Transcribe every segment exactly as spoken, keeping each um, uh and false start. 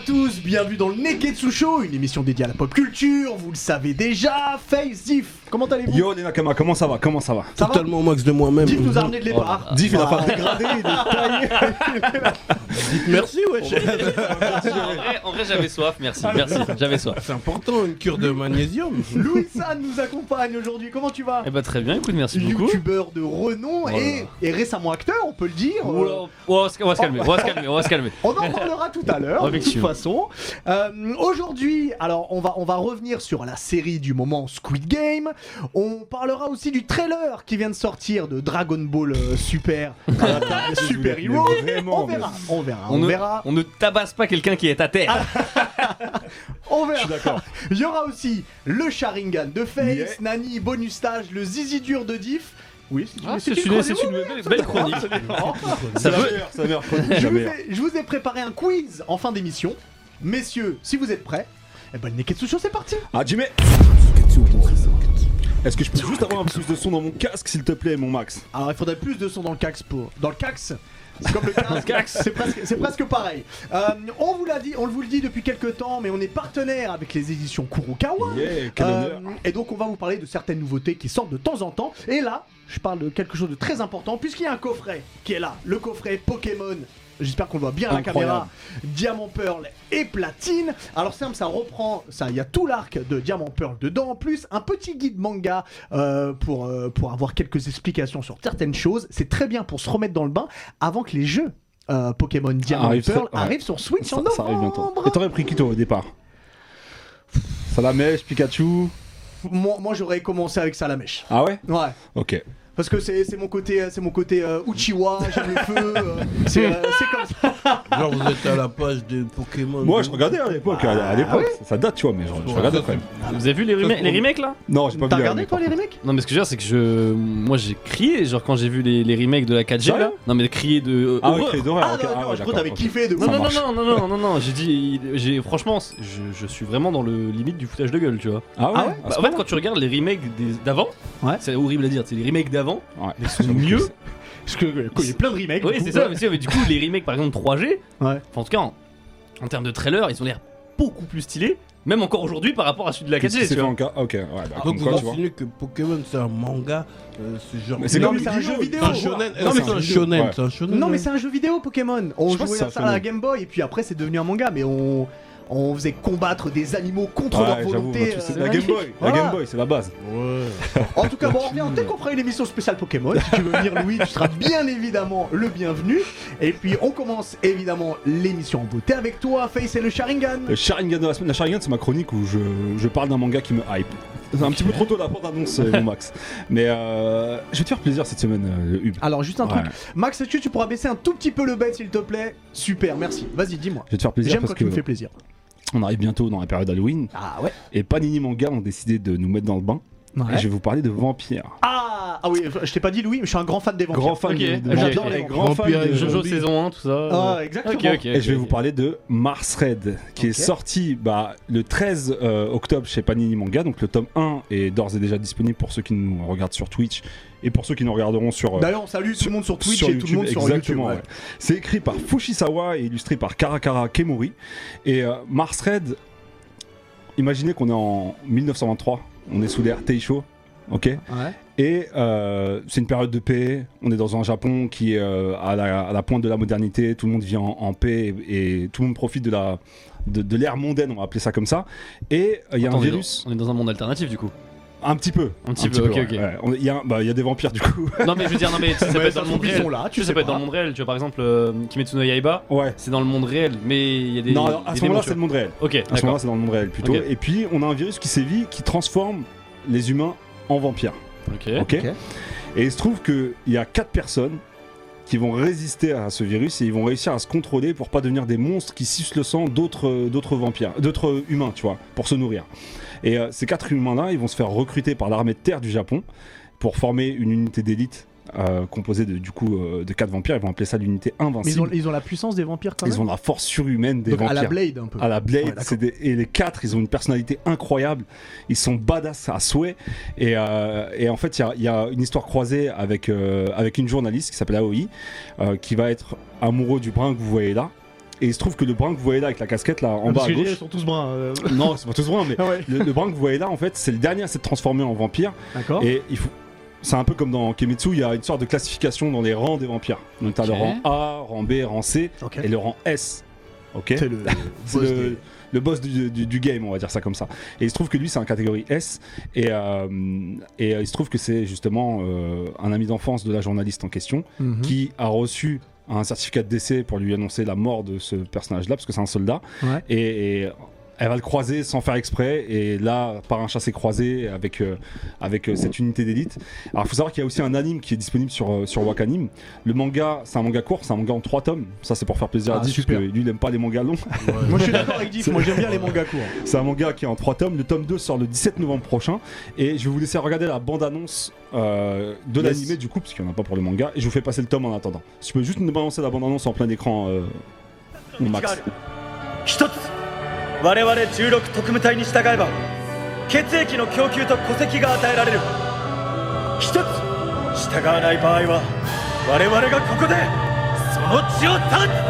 tous, bienvenue dans le Neketsu Show, une émission dédiée à la pop culture, vous le savez déjà. Face, Diff, comment allez-vous? Yo les Nakama, comment ça va? Comment ça va? Ça Totalement max de moi-même. Diff nous a ramené de l'épargne. Oh Diff il a pas dégradé, il est taillé. Dites merci, wesh. En vrai, en vrai, j'avais soif, merci, merci, j'avais soif. C'est important, une cure de magnésium. Louis-San nous accompagne aujourd'hui, comment tu vas? Eh bah très bien, écoute, merci beaucoup. Youtubeur de renom Voilà. et, et récemment acteur, on peut le dire. Oula, Euh, on va se on va se calmer, on va se calmer, on va se calmer. On en parlera tout à l'heure, de toute Effectivement. façon. Euh, Aujourd'hui, alors on va, on va revenir sur la série du moment Squid Game. On parlera aussi du trailer qui vient de sortir de Dragon Ball euh, Super, euh, Super Hero. Vraiment, On verra, on verra, On on ne, verra, on ne tabasse pas quelqu'un qui est à terre. on Je verra. suis d'accord. Il y aura aussi le Sharingan de Face, Yeah. Nani, bonus stage, le zizi dur de Diff. Oui, c'est Ah, c'est c'est une une, chronique. c'est une belle, belle chronique. C'est Ça la veut- meilleure, c'est la meilleure chronique, Je la vous, meilleure. ai, je vous ai préparé un quiz en fin d'émission. Messieurs, si vous êtes prêts, eh ben le Neketsu Show, c'est parti. Ah Jimmy, est-ce que je peux juste avoir un peu plus de son dans mon casque s'il te plaît mon Max? Alors il faudrait plus de son dans le cax pour... Dans le cax c'est comme le cax, Cax. c'est presque, c'est presque pareil. Euh, on vous l'a dit, on vous le dit depuis quelques temps, mais on est partenaire avec les éditions Kurokawa. Yeah, quel Euh, honneur. et donc on va vous parler de certaines nouveautés qui sortent de temps en temps. Et là, je parle de quelque chose de très important, puisqu'il y a un coffret qui est là, le coffret Pokémon. J'espère qu'on le voit bien à la Incroyable. caméra. Diamant Pearl et Platine. Alors simple, ça reprend, ça, il y a tout l'arc de Diamant Pearl dedans, en plus un petit guide manga euh, pour, euh, pour avoir quelques explications sur certaines choses. C'est très bien pour se remettre dans le bain avant que les jeux euh, Pokémon Diamant Arrive Pearl très- ouais. arrivent sur Switch Ça, en ça arrive bientôt. novembre. Et t'aurais pris qui toi au départ? Salamèche, Pikachu. Moi, moi j'aurais commencé avec Salamèche. Ah ouais? Ouais. Ok. Parce que c'est c'est mon côté, c'est mon côté euh, Uchiwa, j'aime le feu, euh, c'est euh, c'est comme ça. Genre, vous êtes à la page de Pokémon. Moi je regardais à l'époque, à à l'époque, ça date tu vois, mais je, je regardais quand même. Vous avez vu les, remake- les remakes là? Non, j'ai pas vu. T'as les regardé remakes, toi par les contre. remakes? Non mais ce que je veux dire c'est que je... Moi j'ai crié genre quand j'ai vu les, les remakes de la quatre G là. Sérieux Non mais crié de... euh, Ah oui, horreur. Clé d'horreur, Ah ok. non, Ah non, ouais, je crois que d'accord, t'avais ok. kiffé de Non, ouf. non, non, marche. non, non, non, non, non, j'ai dit, j'ai, franchement, je, je suis vraiment dans le limite du foutage de gueule, tu vois. Ah ouais, Ah ouais à Bah, ce en fait, quand tu regardes les remakes des- d'avant, Ouais. c'est horrible à dire, c'est les remakes d'avant, point-là. ils sont J'avoue que mieux. c'est- Parce que euh, il y a plein de remakes. Oui, du coup. c'est ça, mais, c'est- mais du coup, les remakes par exemple trois G, Ouais. enfin, en tout cas, en, en termes de trailer, ils ont l'air beaucoup plus stylés, même encore aujourd'hui par rapport à celui de la Qu'est-ce quatre qui G, s'est tu fait vois. en cas? Ok, ouais, bah Donc comme vous quoi tu vois. insinuez que Pokémon c'est un manga, euh, c'est genre. Mais c'est Non, comme mais c'est un jeu vidéo. C'est un shonen. Non, c'est mais un c'est un shonen. jeu. C'est un shonen. Non mais ouais. c'est un jeu vidéo Pokémon. On Je pense jouait que à c'est ça un à la shonen. Game Boy et puis après c'est devenu un manga, mais on on faisait combattre des animaux contre leur Ouais, j'avoue, volonté. bah, tu sais, euh, la Game Boy, la Voilà. Game Boy, c'est la base. Ouais. En tout cas, bon, on revient. Peut-être qu'on fera une émission spéciale Pokémon. Si tu veux venir, Louis, tu seras bien évidemment le bienvenu. Et puis, on commence évidemment l'émission en beauté avec toi, Face et le Sharingan. Le Sharingan de la semaine, la Sharingan c'est ma chronique où je, je parle d'un manga qui me hype. C'est un petit peu trop tôt la bande-annonce, euh, mon Max. Mais euh, je vais te faire plaisir cette semaine, euh, Hub. Alors, juste un Ouais. truc. Max, est-ce que tu pourras baisser un tout petit peu le bed, s'il te plaît? Super, merci. Vas-y, dis-moi. Je vais te faire plaisir J'aime parce quand tu que me fais plaisir. on arrive bientôt dans la période Halloween Ah ouais. et Panini Manga ont décidé de nous mettre dans le bain. Et je vais vous parler de vampires. Ah, ah oui, je t'ai pas dit Louis, mais je suis un grand fan des vampires. Grand fan Ok, de, de ok, vampires ok. et grand fan Vampires et de Jojo zombies. saison un, tout ça. Ah, exactement. Ok, ok. Et je vais ok. vous parler de Mars Red, qui Ok. est sorti bah, le treize euh, octobre chez Panini Manga. Donc le tome un est d'ores et déjà disponible pour ceux qui nous regardent sur Twitch et pour ceux qui nous regarderont sur, euh, D'ailleurs, on salue tout le monde sur Twitch sur et tout le monde sur exactement, YouTube. ouais. C'est écrit par Fushisawa et illustré par Karakara Kemori. Et euh, Mars Red, imaginez qu'on est en mille neuf cent vingt-trois, on est sous l'ère Teisho, ok. Ouais. Et euh, c'est une période de paix. On est dans un Japon qui est euh, à, la, à la pointe de la modernité. Tout le monde vit en, en paix et, et tout le monde profite de la de, de l'ère mondaine, on va appeler ça comme ça. Et euh, il y a Attends, un on est virus, dans- On est dans un monde alternatif du coup. un petit peu, Un petit peu, ok, ouais, ok. ouais. On- Il y a, bah, il y a des vampires du coup. Non mais je veux dire, non mais ça peut Ouais, être dans ça le monde se trouve, ils réel. sont là, tu Tu sais, sais ça peut être pas. dans le monde réel. Tu vois par exemple euh, Kimetsu no Yaiba, Ouais. c'est dans le monde réel, mais il y a des. Non, il y alors, a à des ce moment-là, démons, c'est le monde réel. tu vois. Ok, À ce moment-là, d'accord. c'est dans le monde réel plutôt. Ok. Et puis, on a un virus qui sévit, qui transforme les humains en vampires. Ok. Ok. Ok. Et il se trouve qu'il y a quatre personnes qui vont résister à ce virus et ils vont réussir à se contrôler pour pas devenir des monstres qui sucent le sang d'autres d'autres vampires, d'autres humains, tu vois, pour se nourrir. Et euh, ces quatre humains-là, ils vont se faire recruter par l'armée de terre du Japon pour former une unité d'élite euh, composée de, du coup euh, de quatre vampires. Ils vont appeler ça l'unité Mais invincible. ils ont, ils ont la puissance des vampires quand même. Ils ont la force surhumaine des Donc, vampires. à la Blade un peu. À la Blade, Ouais, d'accord. c'est des- et les quatre, ils ont une personnalité incroyable. Ils sont badass à souhait. Et, euh, et en fait, il y a, il y a une histoire croisée avec, euh, avec une journaliste qui s'appelle Aoi, euh, qui va être amoureux du brun que vous voyez là. Et il se trouve que le brun que vous voyez là avec la casquette là en bas Parce à que gauche. ils sont tous bruns. euh. Non, c'est pas tous bruns, mais Ah ouais. le, le brun que vous voyez là, en fait, c'est le dernier à s'être transformé en vampire. D'accord. Et il faut. C'est un peu comme dans Kimetsu, il y a une sorte de classification dans les rangs des vampires. Donc t'as Ok. le rang A, rang B, rang C Ok. et le rang S. Ok. C'est le C'est boss le, des- le boss du, du- du game, on va dire ça comme ça. Et il se trouve que lui, c'est un catégorie S. Et, euh, et euh, il se trouve que c'est justement euh, un ami d'enfance de la journaliste en question Mhm. qui a reçu un certificat de décès pour lui annoncer la mort de ce personnage-là, parce que c'est un soldat. Ouais. Et, et elle va le croiser sans faire exprès. Et là, par un chassé-croisé avec, euh, avec euh, cette unité d'élite. Alors, il faut savoir qu'il y a aussi un anime qui est disponible sur, euh, sur Wakanim. Le manga, c'est un manga court, c'est un manga en trois tomes. Ça, c'est pour faire plaisir Ah, à Diff, parce super. que lui, il aime pas les mangas longs. Moi je suis d'accord avec Diff, C'est- moi j'aime bien les mangas courts. C'est un manga qui est en trois tomes. Le tome deux sort le dix-sept novembre prochain. Et je vais vous laisser regarder la bande-annonce euh, de Yes. l'animé, du coup, parce qu'il n'y en a pas pour le manga. Et je vous fais passer le tome en attendant. Si tu peux juste nous balancer la bande-annonce en plein écran, euh, mon max. 一つ我々じゅうろく特務隊に従えば血液の供給と戸籍が与えられる一つ従わない場合は我々がここでその血を断つ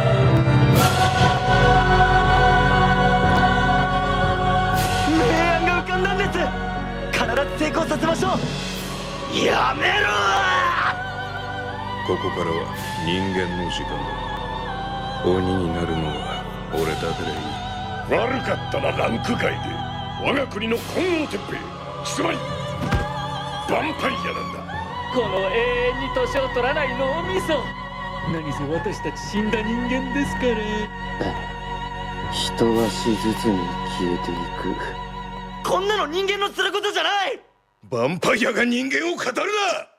明暗が浮かんだんです必ず成功させましょうやめろここからは人間の時間だ鬼になるのは俺だけでいい悪かったなランク外で我が国の金剛鉄兵つまりヴァンパイアなんだこの永遠に年を取らない脳みそ何せ私たち死んだ人間ですから一足ずつに消えていくこんなの人間のすることじゃないヴァンパイアが人間を語るな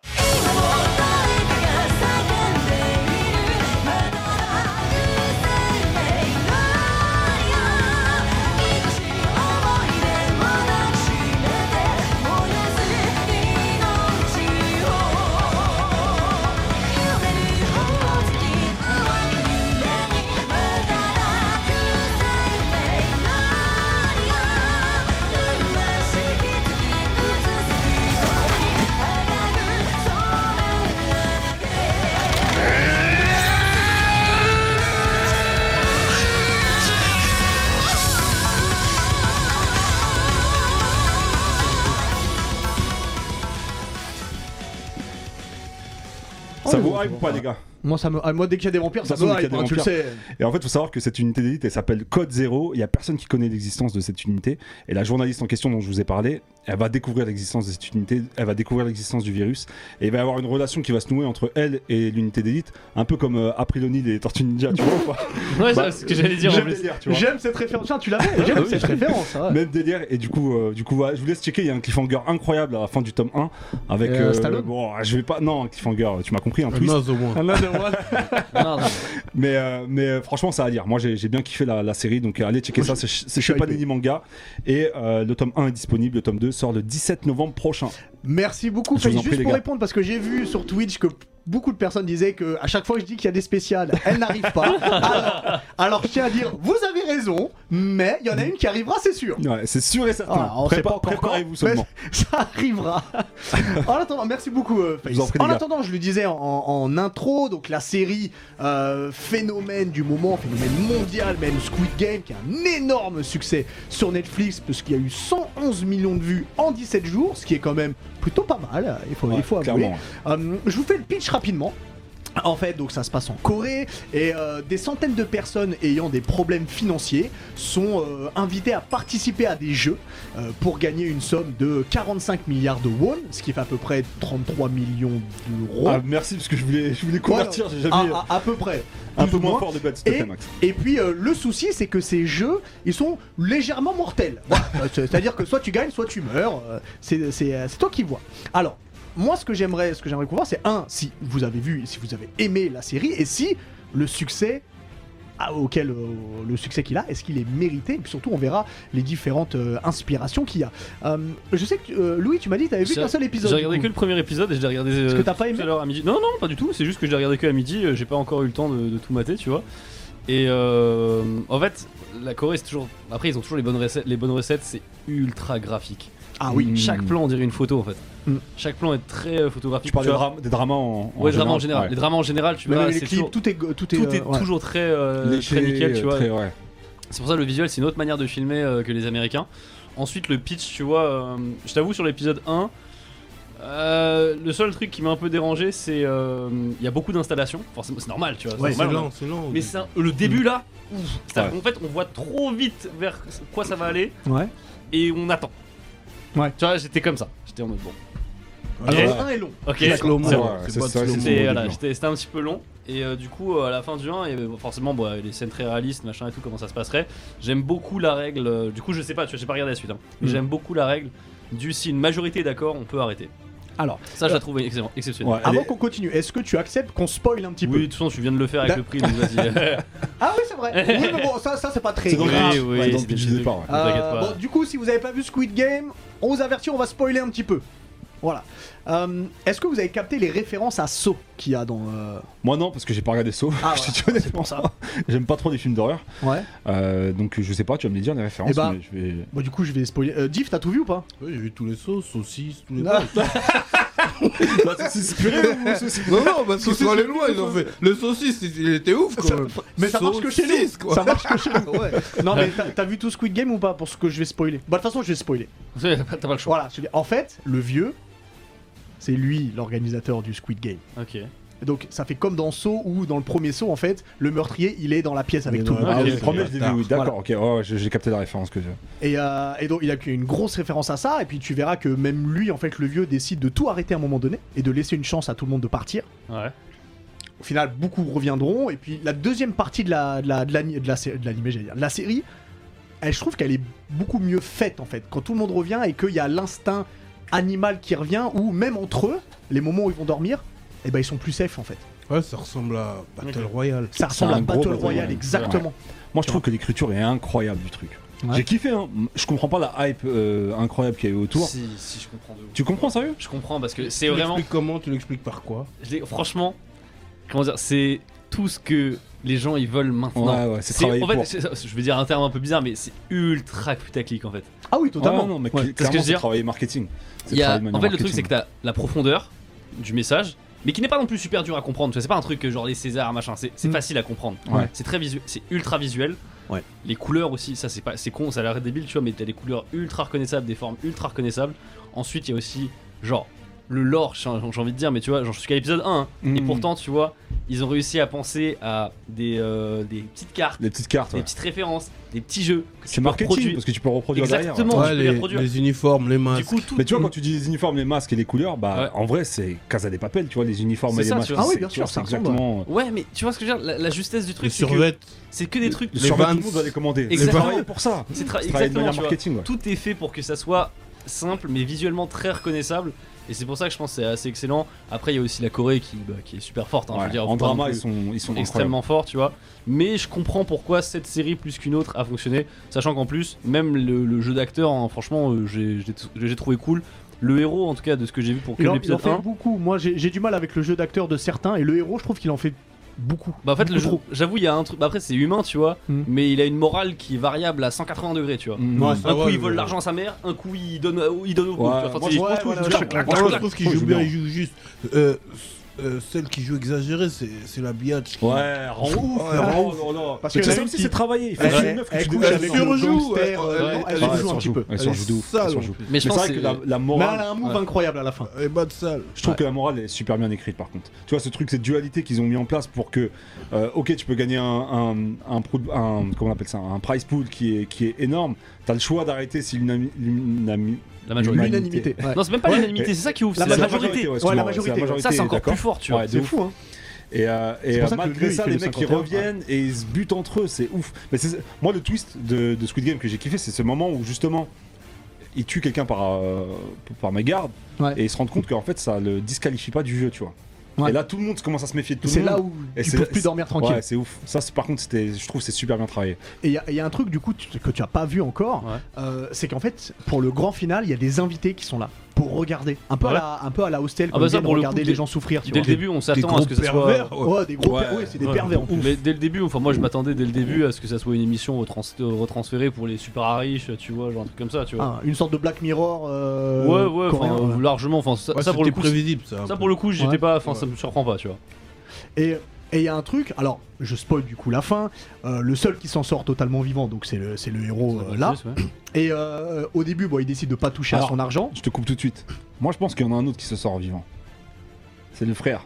Ça Oh, vous bon, hype bon, ou pas, bon. les gars? Moi, ça me... ah, moi dès qu'il y a des vampires, ça De toute me façon, hype, dès qu'il y a hein, des tu le vampires. sais. Et en fait, il faut savoir que cette unité d'élite, elle s'appelle Code Zéro. Il y a personne qui connaît l'existence de cette unité. Et la journaliste en question dont je vous ai parlé, elle va découvrir l'existence de cette unité, elle va découvrir l'existence du virus. Et il va y avoir une relation qui va se nouer entre elle et l'unité d'élite, un peu comme euh, April O'Neil et les Tortues Ninja, tu vois ou pas? Ouais, Bah, c'est ce que j'allais dire en J'aime plus. le délire, tu vois. J'aime cette référence. Tiens, tu l'avais, j'aime Ah oui. cette référence. ça va. Même délire, et du coup, euh, du coup voilà, je vous laisse checker. Il y a un cliffhanger incroyable à la fin du tome un avec. Euh, Stallone bon, je vais pas. Non, un cliffhanger, tu m'as compris, un twist. Another one. Another one. Non, non. Mais, euh, mais euh, franchement, ça va dire. Moi, j'ai j'ai bien kiffé la, la série, donc euh, allez checker ça. C'est ch- c'est chez hypé. Panini Manga. Et euh, le tome un est disponible, le tome deux sort le dix-sept novembre prochain. Merci beaucoup. Je vous Fais en prie, juste les pour gars. répondre parce que j'ai vu sur Twitch que beaucoup de personnes disaient que à chaque fois que je dis qu'il y a des spéciales, elles n'arrivent pas. Alors, alors je tiens à dire, vous avez raison, mais il y en a une qui arrivera, c'est sûr. Ouais, c'est sûr et certain. Ah, on sait Prépa- pas encore Préparez-vous quand, mais seulement. ça arrivera. En attendant, merci beaucoup. euh, Face. Je vous en prie, en les gars. attendant, je le disais en, en intro, donc la série euh, phénomène du moment, phénomène mondial, même Squid Game, qui a un énorme succès sur Netflix, parce qu'il y a eu cent onze millions de vues en dix-sept jours, ce qui est quand même plutôt pas mal. Il faut, Ouais, il faut avouer. clairement. Euh, je vous fais le pitch rapidement. En fait, donc ça se passe en Corée et euh, des centaines de personnes ayant des problèmes financiers sont euh, invitées à participer à des jeux euh, pour gagner une somme de quarante-cinq milliards de won, ce qui fait à peu près trente-trois millions d'euros. Ah, merci, parce que je voulais, je voulais convertir. J'ai jamais. à, à- à peu près. un plus peu ou moins moins. fort de bête, s'il te Et, plaît, Max. et puis euh, le souci c'est que ces jeux ils sont légèrement mortels. Voilà. Euh, c'est- C'est-à-dire que soit tu gagnes, soit tu meurs. euh, C'est c'est, euh, c'est toi qui vois. Alors moi ce que j'aimerais ce que j'aimerais voir c'est un, si vous avez vu, si vous avez aimé la série et si le succès ah, auquel euh, le succès qu'il a, est-ce qu'il est mérité? Et puis surtout on verra les différentes euh, inspirations qu'il y a. Euh, je sais que euh, Louis tu m'as dit que t'avais vu J'ai- qu'un seul épisode. J'ai du regardé coup. que le premier épisode et je l'ai regardé euh, Parce que t'as pas aimé tout à l'heure à midi. Non, non, pas du tout. C'est juste que je l'ai regardé que à midi. euh, J'ai pas encore eu le temps de, de tout mater, tu vois. Et euh, en fait, la Corée, c'est toujours. Après, ils ont toujours les bonnes recettes. Les bonnes recettes, c'est ultra graphique. Ah oui. Chaque plan on dirait une photo en fait. Mm. Chaque plan est très euh, photographique. Tu parles des, vois. dra- des dramas en, en Ouais, dramas en général, général. ouais. Les dramas en général, tu Même vois, les c'est clips, toujours- tout est, go- tout est, tout est euh, ouais. toujours très, euh, Léché, très nickel, tu vois. très- ouais. C'est pour ça que le visuel c'est une autre manière de filmer euh, que les Américains. Ensuite le pitch, tu vois, euh, je t'avoue sur l'épisode un, euh, le seul truc qui m'a un peu dérangé c'est euh, il y a beaucoup d'installations, forcément c'est normal, tu vois. Ouais, c'est c'est normal, lent, c'est lent. mais c'est un- le début là, ouf, c'est un- Ouais. en fait on voit trop vite vers quoi ça va aller Ouais. et on attend. Ouais. Tu vois, j'étais comme ça, j'étais en mode bon. Alors Ok. le un est long. Ok, C'est slow-mo, C'est hein, vrai, c'est c'est- pas de c'est vrai, slow-mo. C'était au voilà, début. j'étais- c'était un petit peu long et euh, du coup euh, à la fin du un il y avait forcément bon, les scènes très réalistes machin et tout comment ça se passerait. J'aime beaucoup la règle euh, du coup je sais pas tu vois j'ai pas regardé la suite hein, mais Mm. j'aime beaucoup la règle du si une majorité est d'accord on peut arrêter. Alors, Ça je la trouve excellent, exceptionnelle. Ouais, elle avant est- qu'on continue, est-ce que tu acceptes qu'on spoil un petit Oui, peu de toute façon tu viens de le faire avec Da- le prix donc vas-y. Ah oui, c'est vrai. Oui, mais bon, ça, ça c'est pas très C'est dans le grave. pitch, Oui, oui, ouais, dans c'est le pitch des- du des- départ, ouais. Ne t'inquiète Euh, pas. bon, du coup, si vous avez pas vu Squid Game, on vous avertit, on va spoiler un petit peu. Voilà. Euh, Est-ce que vous avez capté les références à Saw qu'il y a dans. euh, Moi non, parce que j'ai pas regardé Saw. Ah Je ouais, te dis honnêtement, c'est pour ça. J'aime pas trop les films d'horreur. Ouais. Euh, donc je sais pas, tu vas me les dire les références. Eh ben- mais je vais... Bon, du coup, je vais spoiler. Euh, Div, t'as tout vu ou pas Ouais, j'ai vu tous les sauces, saucisses, tous les Ah. trucs. Bah, saucisse purée ou saucisse Non, non, parce qu'ils Saucisses, sont allés j'ai loin, vu, ils ont ça. fait. Le saucisse, il il était ouf Ça- quand même. Mais ça marche que chez nous. Saucisse, quoi. Ça marche que chez nous. Ouais. Non, mais t'as- t'as vu tout Squid Game ou pas pour ce que je vais spoiler Bah, de toute façon, je vais spoiler. T'as pas le choix. Voilà. je te dis- En fait, le vieux, c'est lui l'organisateur du Squid Game. Ok. Et donc, ça fait comme dans Saw où, dans le premier Saw, en fait, le meurtrier, il est dans la pièce avec Il est tout dans le la monde. Ah, ok, le premier, ok. je l'ai vu, oui, Voilà. d'accord, ok, ouais, j'ai j'ai capté la référence que j'ai. Et, euh, et donc il a une grosse référence à ça, et puis tu verras que même lui, en fait, le vieux, décide de tout arrêter à un moment donné, et de laisser une chance à tout le monde de partir. Ouais. Au final, beaucoup reviendront, et puis la deuxième partie de la de la de l'ani- de la sé- de l'animé, j'allais dire, de la série, elle, je trouve qu'elle est beaucoup mieux faite en fait, quand tout le monde revient et qu'il y a l'instinct animal qui revient, ou même entre eux, les moments où ils vont dormir, et ben ils sont plus safe en fait. Ouais, ça ressemble à Battle Ok. Royale. Ça ressemble un à gros Battle Battle Royale, Royale. exactement. Moi, je trouve que l'écriture est incroyable du truc. Ouais. J'ai kiffé, hein. Je comprends pas la hype euh, incroyable qu'il y a eu autour. Si, si, je comprends de ouf. Tu comprends, sérieux? Je comprends parce que c'est Tu vraiment. l'expliques comment? Tu l'expliques par quoi? je l'ai- Franchement, comment dire, c'est tout ce que les gens ils veulent maintenant. Ouais, ouais, c'est travaillé en fait, pour. c'est- je vais dire un terme un peu bizarre, mais c'est ultra putaclic en fait. Ah oui, totalement. Ah, non, mais Ouais. cl- Parce que je clairement, veux c'est dire, travailler marketing. C'est Il y a, travailler de en manière fait, le truc c'est que marketing. t'as la profondeur du message, mais qui n'est pas non plus super dur à comprendre. Tu vois, c'est pas un truc genre les Césars machin. C'est c'est Mm. facile à comprendre. Ouais. C'est très visuel, c'est ultra visuel. Ouais. Les couleurs aussi, ça c'est pas, c'est con, ça a l'air débile, tu vois, mais t'as des couleurs ultra reconnaissables, des formes ultra reconnaissables. Ensuite, il y a aussi genre le lore, j'ai j'ai envie de dire, mais tu vois, genre, je suis qu'à l'épisode un, hein, et Mm. pourtant, tu vois, ils ont réussi à penser à des, euh, des petites cartes, Les petites cartes, des ouais. petites références, des petits jeux. que tu C'est peux marketing, reproduire. parce que tu peux reproduire Exactement. derrière. tu Ouais, peux les les, reproduire. les uniformes, les masques. Du coup, tout. Mais tu vois, quand tu dis les uniformes, les masques et les couleurs, bah Ouais. en vrai, c'est Casa des Papel, tu vois, les uniformes C'est et les ça, masques. tu vois. Ah oui, c'est- bien tu sûr, vois, ça c'est ressemble, exactement. Ouais, mais tu vois ce que je veux dire, la, la justesse du les truc, c'est que survêtements. c'est que des trucs. Le Les survêt, Vans. tout le monde va les commander. Exactement. C'est travaillé pour ça. C'est tra- C'est travaillé de exactement, manière tu vois. marketing, ouais. Tout est fait pour que ça soit simple mais visuellement très reconnaissable et c'est pour ça que je pense que c'est assez excellent. Après il y a aussi la Corée qui, bah, qui est super forte hein, je veux Ouais, dire, en faut pas non drama, plus- ils sont, ils sont extrêmement forts tu vois, mais je comprends pourquoi cette série plus qu'une autre a fonctionné, sachant qu'en plus même le, le jeu d'acteur hein, franchement euh, j'ai j'ai- j'ai trouvé cool. Le héros en tout cas de ce que j'ai vu pour que Il en, il en l'épisode fait un, beaucoup. Moi, j'ai j'ai du mal avec le jeu d'acteur de certains, et le héros, je trouve qu'il en fait beaucoup. bah en fait Beaucoup le jeu, trop. j'avoue il y a un truc, bah, après c'est humain tu vois, Mm. mais il a une morale qui est variable à cent quatre-vingts degrés tu vois. Mm. Ouais, Un ça coup va, il le- vole l'argent à sa mère, un coup il donne, il donne au coup. Ouais, tu vois, enfin, moi, c'est- je- moi, je trouve Ouais, que ouais, c'est ouais, clair. Moi, Moi, je trouve qu'il je joue trouve bien, il joue juste. Euh, euh, celle qui joue exagérée, c'est c'est la biatch. qui- Ouais, rend ouf. Ouais, rend ouf. Oh là là. Parce Mais que tu sais la aussi, qui- c'est travaillé. Il faut Elle, que elle, une meuf que elle tu couche dégages. avec elle le surjoue, gangster, ouais, euh, ouais, non, elle elle surjoue un surjoue, petit peu. elle Elle surjoue est de ouf, sale, elle en surjoue. plus. Mais je Mais pense c'est vrai que que la, la Mais morale. elle a un move Ouais. incroyable à la fin. Elle est bas de sale. Je trouve que la morale est super bien écrite par contre. Tu vois ce truc, cette dualité qu'ils ont mis en place pour que, euh, ok, tu peux gagner un, un, un, pro- un- comment on appelle ça, un prize pool qui est, qui est énorme. T'as le choix d'arrêter si l'unami- l'unami- la majorité. L'unanimité. ouais. Non c'est même pas Ouais. l'unanimité, c'est ça qui ouf, La c'est la majorité. majorité. ouais, Ouais, excuse-moi, la c'est majorité, ouais. Ça c'est encore d'accord. plus fort tu vois. Ouais, de C'est ouf. fou, hein. Et, euh, et C'est pour euh, ça que malgré lui, il ça, fait les le mecs qui cinquante et un, reviennent et ils se butent entre eux, c'est ouf. Mais c'est- moi, le twist de, de Squid Game que j'ai kiffé, c'est ce moment où justement ils tuent quelqu'un par, euh, par mégarde Ouais. et ils se rendent compte qu'en fait ça le disqualifie pas du jeu, tu vois. Ouais. Et là, tout le monde commence à se méfier de tout le C'est monde. là où Et ils c'est- peuvent plus dormir tranquille. Ouais, c'est ouf. Ça, c'est- par contre, c'était, je trouve, c'est super bien travaillé. Et il y, a- il y a un truc du coup tu- que tu as pas vu encore, Ouais. euh, c'est qu'en fait pour le grand final il y a des invités qui sont là pour regarder. Un peu, Ouais. à, la, un peu à la hostel, Ah quand bah ils ça, viennent pour le regarder coup, les dès- gens souffrir. Tu Dès vois. le début, on Des s'attend gros à ce que ça soit. pervers, ouais. Ouais, des gros Ouais. per- ouais, c'est des Ouais. pervers. Mais dès le début, enfin moi je m'attendais dès le début à ce que ça soit une émission retrans- retransférée pour les super riches, tu vois, genre un truc comme ça, tu vois. Ah, une sorte de Black Mirror. euh, ouais, ouais, coréen, enfin, ouais. largement. Enfin, ça, Ouais, ça pour le c'était coup, prévisible ça. un ça peu. pour le coup, j'étais Ouais. pas, enfin, ça Ouais. me surprend pas, tu vois. Et il y a un truc, alors je spoil du coup la fin, euh, le seul qui s'en sort totalement vivant, donc c'est le, c'est le héros euh, là. Ouais. Et euh, au début, bon, il décide de pas toucher Alors, à son argent. Je te coupe tout de suite. Moi, je pense qu'il y en a un autre qui se sort vivant. C'est le frère.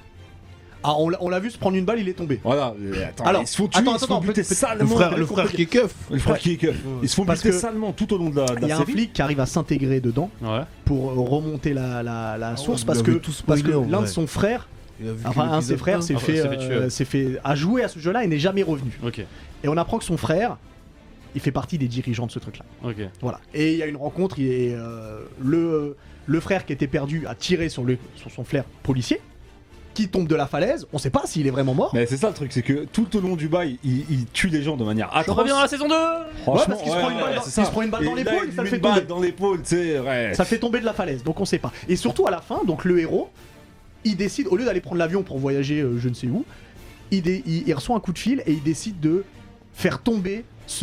Ah, on l'a on l'a vu se prendre une balle, il est tombé. Voilà. euh, Attends, Alors, ils se font tuer, attends, ils se font attends, buter peut- peut- salement. Le frère, le qu'on frère peut qui est keuf. Le frère qui est keuf. Ils se font Parce buter que- salement tout au long de la, de Il la y a un série. flic qui arrive à s'intégrer dedans Ouais. pour euh, remonter la, la, la source vous parce que, l'avez tous parce que spoilé, en l'un de vrai. son frère, Il a vu enfin que un de ses l'épisode frères, un. s'est Ah, fait, s'est fait tuer, euh, ouais. s'est fait a joué à ce jeu-là et n'est jamais revenu. Ok. Et on apprend que son frère, il fait partie des dirigeants de ce truc-là. Ok. Voilà. Et il y a une rencontre, il est, euh, le, le frère qui était perdu a tiré sur, le, sur son frère policier, qui tombe de la falaise. On sait pas s'il est vraiment mort. Mais c'est ça le truc, c'est que tout au long du bail, il, il tue les gens de manière Je atroce. reviens à la saison deux. Franchement, Ouais, parce qu'il se prend une ouais, balle ouais, dans- c'est il ça. se prend une balle dans Et là, l'épaule, il ça lui le met fait une balle tomber. dans l'épaule, tu sais, ouais. Ça fait tomber de la falaise, donc on sait pas. Et surtout à la fin, donc le héros, il décide, au lieu d'aller prendre l'avion pour voyager euh, je ne sais où, il, dé- il- il reçoit un coup de fil et il décide de faire tomber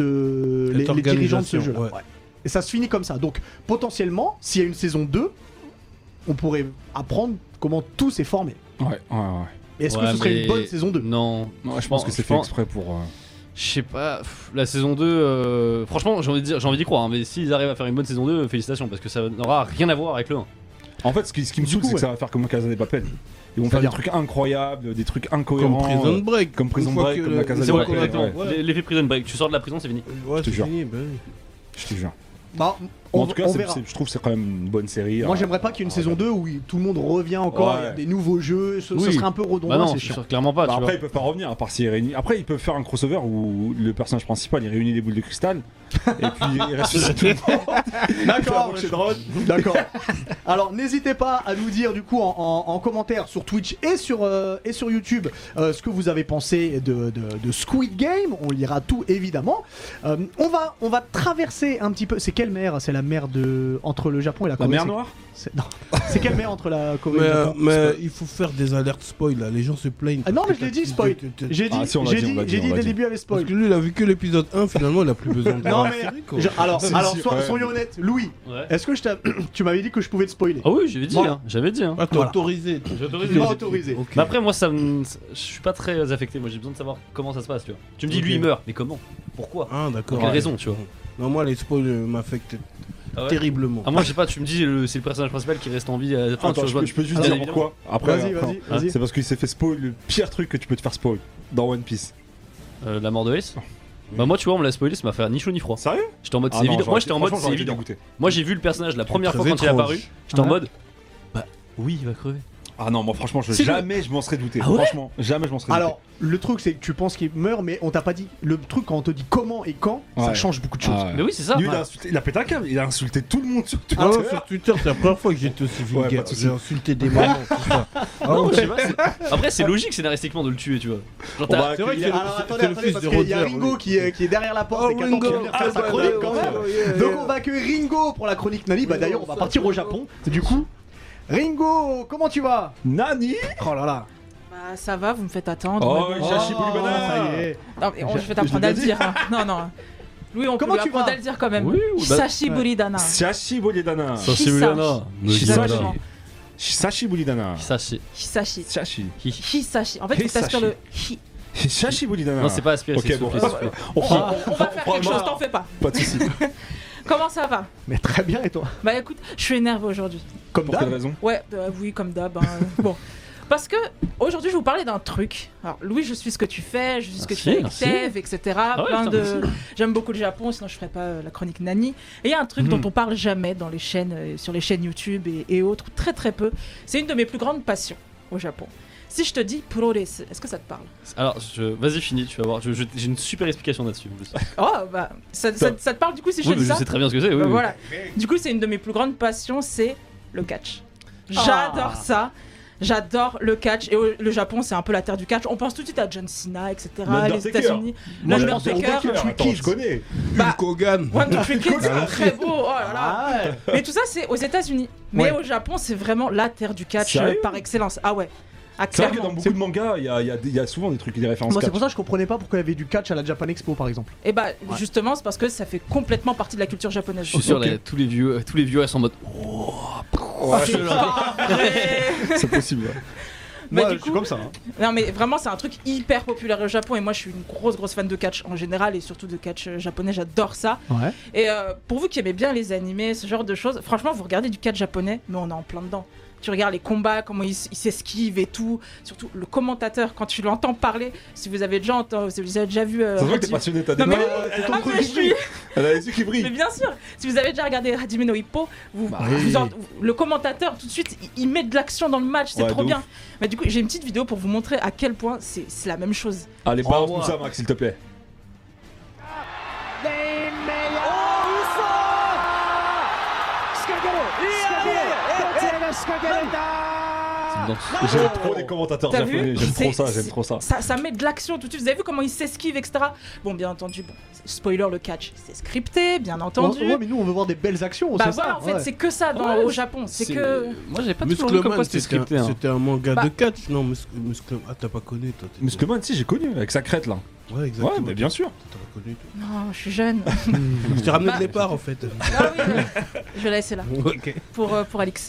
ce, les, Cette les dirigeants de ce organisation, jeu-là. ouais. Ouais. Et ça se finit comme ça. Donc potentiellement, s'il y a une saison deux, on pourrait apprendre comment tout s'est formé. Ouais, ouais, ouais. Et est-ce Ouais, que ce serait mais- une bonne saison deux? Non. Ouais, je pense que c'est je fait pense- exprès pour. euh, Je sais pas, pff, la saison deux, euh, franchement j'ai envie de dire, j'ai envie d'y croire, hein, mais s'ils arrivent à faire une bonne saison deux, félicitations, parce que ça n'aura rien à voir avec le un. En fait, ce qui, ce qui me Du saoule, coup, c'est que ouais. ça va faire comme Casa des Papel. Ils vont faire des C'est-à-dire trucs incroyables, des trucs Comme incohérents. Prison euh, Break. comme Prison Une fois Break, que comme le- la Casa C'est des vrai, Papel, exactement. ouais. L- L'effet Prison Break, tu sors de la prison, c'est fini. Ouais, te c'est jure. fini, bah oui. Je te jure. Bah, Bon, on, en tout cas, on c'est- verra. c'est- je trouve que c'est quand même une bonne série. Moi hein. j'aimerais pas qu'il y ait une Ah, saison ouais. deux où il- tout le monde revient encore, Ouais. il y a des nouveaux jeux, ce, ce Oui. serait un peu Bah redondant, non, c'est c'est chiant. sûr, clairement pas, Bah tu après, vois. ils peuvent pas revenir, à part s'ils réunissent. Après, ils peuvent faire un crossover où le personnage principal il réunit les boules de cristal et puis il ressuscite tout le monde. D'accord, Chez Drone. d'accord. Alors n'hésitez pas à nous dire du coup en, en- en commentaire sur Twitch et sur, euh, et sur YouTube euh, ce que vous avez pensé de, de- de Squid Game. On lira tout évidemment. Euh, on, va, on va traverser un petit peu. C'est quelle mer? C'est la mer de entre le Japon et la La Corée. mer c'est- Noire c'est- Non. C'est quelle mer entre la Corée Mais, et le euh, Japon? mais il faut faire des alertes spoil là, les gens se plaignent. Ah non mais je l'ai dit spoil. J'ai dit, Ah, si, on l'a j'ai dit, on dit, l'a dit, j'ai on dit l'a dès le dit. début avec Parce spoil. que lui il a vu que l'épisode un, finalement il a plus besoin de Non voir mais la série, quoi. je- alors, Si, alors si, sois- ouais. soyons honnêtes, Louis. Ouais. Est-ce que je t'ai- tu m'avais dit que je pouvais te spoiler? Ah oui, j'avais dit, Voilà. hein, j'avais dit. Hein. Ah, t'es Voilà. autorisé. J'ai autorisé. Tu m'as autorisé. Ok. Mais après, moi, ça me... je suis pas très affecté. Moi, j'ai besoin de savoir comment ça se passe, tu vois. Tu me dis, Ok. lui, il meurt. Mais comment? Pourquoi? Ah d'accord. Pour quelle Ouais. raison, tu vois? Non, moi les spoils euh, m'affectent Ah ouais terriblement. Ah, moi, je sais pas, tu me dis, le- c'est le personnage principal qui reste en vie à la fin, Attends, tu je vois, peux, je peux juste Bien dire évidemment. pourquoi. Après, Vas-y, enfin, vas-y, vas-y. c'est parce qu'il s'est fait spoil le pire truc que tu peux te faire spoil dans One Piece. Euh, la mort de Ace. Bah, moi, tu vois, on me l'a spoilé, ça m'a fait ni chaud ni froid. Sérieux? J'étais en mode, Ah c'est non, évident. j'aurais Moi, été- j'étais en mode, franchement, c'est j'aurais été évident. dégoûté. Moi, j'ai vu le personnage la première Très fois quand il est étrange. apparu. J'étais en Ouais. mode, bah, oui, il va crever. Ah non, moi franchement, je, C'est le- jamais je m'en serais douté. Ah ouais franchement, jamais je m'en serais douté. Alors, le truc c'est que tu penses qu'il meurt, mais on t'a pas dit. Le truc quand on te dit comment et quand, ça Ouais. change beaucoup de choses. Ah ouais. Mais oui, c'est ça. Lui, il, Ouais. a insulté- il a pété un câble, il a insulté tout le monde sur Twitter. Ah ouais, sur Twitter, c'est la première fois que j'étais aussi Ouais, pas vulgaire. de soucis. J'ai insulté des mamans, tout ça. Ah Non, ouais. je sais pas, c'est- Après, c'est logique scénaristiquement de le tuer, tu vois. Genre, On t'as- va C'est vrai que accueillir- c'est le- Alors c'est- attendez, c'est le attendez, fils parce de qu'il y a Roger, Ringo oui. qui est, qui est derrière la porte Oh, et qui attend qu'il Ringo. vienne Ah, faire sa bah, chronique bah, quand ouais, même. ouais, yeah, Donc yeah. on va accueillir Ringo pour la chronique Nani. Bah d'ailleurs, on va ça, partir au Ringo. Japon. Du coup, Ringo, comment tu vas? Nani? Oh là là. Bah ça va, vous me faites attendre. Oh, mais bon. Jashi Oh, Boulibana. ça y est. Non, mais on- je vais je t'apprendre l'ai à le dit. dire. hein. Non, non. Louis, on Comment peut lui tu apprendre vas à le dire quand même. Oui, oui, bah- Hisashi Buridana. Sashi Bolidana. Ça, c'est Mulana. Hisashi. Sashi Bolidana. Hisashi. Hisashi. Sashi. Hi- Hisashi. En fait, il faut t'aspire le hi. Sashi Bolidana. Non, c'est pas aspiré, Ok, c'est bon. soufflé, soufflé. On On prend. va, on va faire quelque chose, t'en fais pas. Pas de soucis. Comment ça va? Mais très bien, et toi? Bah écoute, je suis énervé aujourd'hui. Comme Pour quelle d'hab. raison? Ouais, euh, oui, comme d'hab. hein, euh, bon. Parce que aujourd'hui, je vais vous parler d'un truc. Alors, Louis, je suis ce que tu fais, je suis ce que tu fais avec Merci, Tev, et cetera. ouais, Plein putain, de... J'aime beaucoup le Japon, sinon je ferais pas euh, la chronique Nani. Et il y a un truc Mhm. dont on parle jamais dans les chaînes, euh, sur les chaînes YouTube et, et autres, très très peu. C'est une de mes plus grandes passions au Japon. Si je te dis Prores, est-ce que ça te parle? Alors, je... vas-y, finis, tu vas voir. Je- je- J'ai une super explication là-dessus. en plus. Oh, bah, ça, ça- ça te parle du coup si je Oui, te mais dis je ça? sais très bien ce que c'est. Oui, Bah, oui. voilà. Du coup, c'est une de mes plus grandes passions, c'est le catch. Ah. J'adore ça. J'adore le catch et le Japon c'est un peu la terre du catch. On pense tout de suite à John Cena, et cetera. Les États-Unis, Moi, l'Undertaker, Attends, je connais. Hulk Hogan. One Two Three Kids, c'est très beau. Oh là là. Ah ouais. Mais tout ça c'est aux États-Unis. Mais Ouais. au Japon c'est vraiment la terre du catch Sérieux euh, par excellence. Ah ouais. Ah, C'est vrai que clairement. dans beaucoup de mangas, il y a, il y a- il y a souvent des trucs, des références Moi, c'est catch. pour ça que je comprenais pas pourquoi il y avait du catch à la Japan Expo par exemple. Et bah justement c'est parce que ça fait complètement partie de la culture japonaise. Je suis sûr, Ok. là, tous les vieux, tous les vieux sont en mode. Ouais, C'est pas vrai. c'est possible. Ouais. Bah, Moi, du je suis coup- comme ça. hein. Non mais vraiment c'est un truc hyper populaire au Japon et moi je suis une grosse grosse fan de catch en général et surtout de catch euh, japonais, j'adore ça. Ouais. Et euh, pour vous qui aimez bien les animés, ce genre de choses, franchement vous regardez du catch japonais, mais on est en plein dedans. Tu regardes les combats, comment ils s- ils s'esquivent et tout. Surtout le commentateur, quand tu l'entends parler, si vous avez déjà, entendu, si vous avez déjà vu... euh, Ça se voit que t'es Hajime- passionné, t'as des Non, mais mains. oui, c'est ton ah, truc mais qui je suis- Elle a les yeux qui mais brillent. bien sûr, si vous avez déjà regardé Hajime no Ippo, vous, Bah vous oui. en- le commentateur tout de suite il, il met de l'action dans le match, c'est Ouais, trop de bien. ouf. Mais du coup j'ai une petite vidéo pour vous montrer à quel point c'est c'est la même chose. Allez, balance Oh, tout ouais. ça, Max, s'il te plaît. J'aime trop les commentateurs T'as japonais, vu j'aime trop C'est- ça, j'aime c'est- trop ça. Ça, ça met de l'action tout de suite. Vous avez vu comment il s'esquive, et cetera. Bon, bien entendu, bon, spoiler le catch, c'est scripté, bien entendu. Ouais, mais nous on veut voir des belles actions. Bah c'est voilà, ça, en fait, ouais. c'est que ça dans, Ouais, au Japon. C'est c'est- que. Moi, j'ai pas toujours vu comme Muscleman, quoi c'était c'était un, scripté. Hein. c'était un manga Bah- de catch, non Mus- Muscleman. Ah, t'as pas connu toi. t'étais- Muscleman, si, j'ai connu, avec sa crête là. Ouais, exactement. Ouais, mais bien sûr. T'as pas connu toi. Non, je suis jeune. Je t'ai ramené Bah- de l'épargne en fait. Ah oui, euh, je vais la laisser là. Ok. Pour, euh, pour Alix.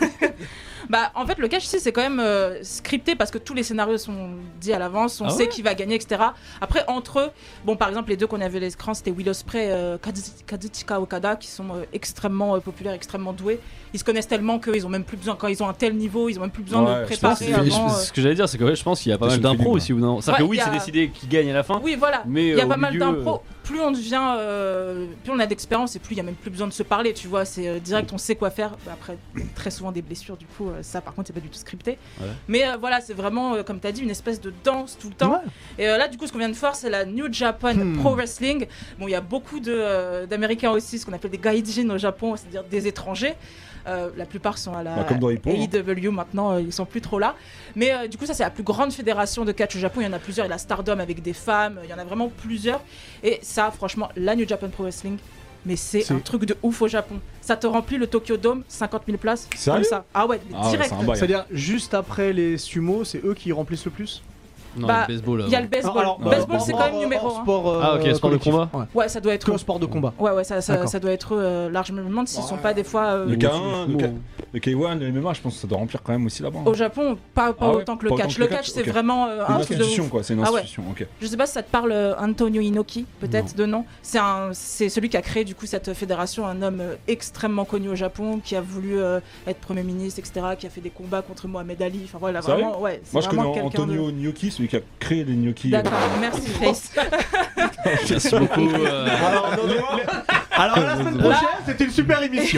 Bah, en fait, le catch ici, c'est quand même euh, scripté parce que tous les scénarios sont dits à l'avance, on Ah sait ouais qui va gagner, et cetera. Après, entre eux, bon, par exemple, les deux qu'on avait à l'écran, c'était Will Ospreay, euh, Kazu- Kazuchika Okada, qui sont euh, extrêmement euh, populaires, extrêmement doués. Ils se connaissent tellement qu'ils ont même plus besoin, quand ils ont un tel niveau, ils ont même plus besoin Ouais, de je pense préparer que Mais je- avant. euh, Ce que j'allais dire, c'est que ouais, je pense qu'il y a pas C'est mal sur le d'impro film, aussi ou non. C'est-à-dire Ouais, que oui, il y a- c'est décidé qui gagne à la fin. Oui, voilà. Mais Il y a euh, pas au mal milieu, d'impro. Plus on devient, euh, plus on a d'expérience et plus il y a même plus besoin de se parler. Tu vois, c'est euh, direct, on sait quoi faire. Bah, après, très souvent des blessures, du coup, euh, ça, par contre, c'est pas du tout scripté. Ouais. Mais euh, voilà, c'est vraiment, euh, comme tu as dit, une espèce de danse tout le temps. Ouais. Et euh, là, du coup, ce qu'on vient de faire, c'est la New Japan Hmm. Pro Wrestling. Bon, il y a beaucoup de, euh, d'Américains aussi, ce qu'on appelle des gaijin au Japon, c'est-à-dire des étrangers. Euh, la plupart sont à la Bah, comme dans Hippo, A E W maintenant, euh, ils sont plus trop là. Mais euh, du coup, ça c'est la plus grande fédération de catch au Japon. Il y en a plusieurs. Il y a la Stardom avec des femmes. Il y en a vraiment plusieurs. Et ça, franchement, la New Japan Pro Wrestling, mais c'est C'est- un truc de ouf au Japon. Ça te remplit le Tokyo Dome, cinquante mille places. Sérieux Comme ça. Ah ouais, mais Ah ouais, direct. c'est un bail. C'est-à-dire juste après les sumo, c'est eux qui remplissent le plus. Non, Bah, le baseball. Il y a euh, le baseball. Alors, bah, baseball, bah, c'est hors- quand même hors- numéro hors un. sport, euh, Ah, ok, sport de collectif. combat. Ouais. Ouais, ça doit être. Que sport de combat. Ouais, ouais, ça, ça, D'accord. ça doit être euh, large. Je me demande s'ils sont Ouais. pas des fois. euh, Le K un, le Bon. K- le K un, le M M A, je pense que ça doit remplir quand même aussi là-bas. Au Japon, pas, pas Ah ouais, autant que le pas autant catch. que le Le catch, catch, c'est ok. vraiment euh, C'est un une truc de institution ouf. quoi, c'est une Ah ouais. institution, ok. Je sais pas si ça te parle, euh, Antonio Inoki, peut-être de nom. C'est un, c'est celui qui a créé du coup cette fédération, un homme euh, extrêmement connu au Japon, qui a voulu euh, être premier ministre, et cetera, qui a fait des combats contre Mohamed Ali. Enfin voilà, Sérieux vraiment, ouais. c'est Moi je connais vraiment quelqu'un Antonio de- Gnocchi, celui qui a créé les gnocchis. D'accord, euh, merci Face. Merci beaucoup. euh, Alors, non, non, alors, la semaine prochaine, c'était une super émission.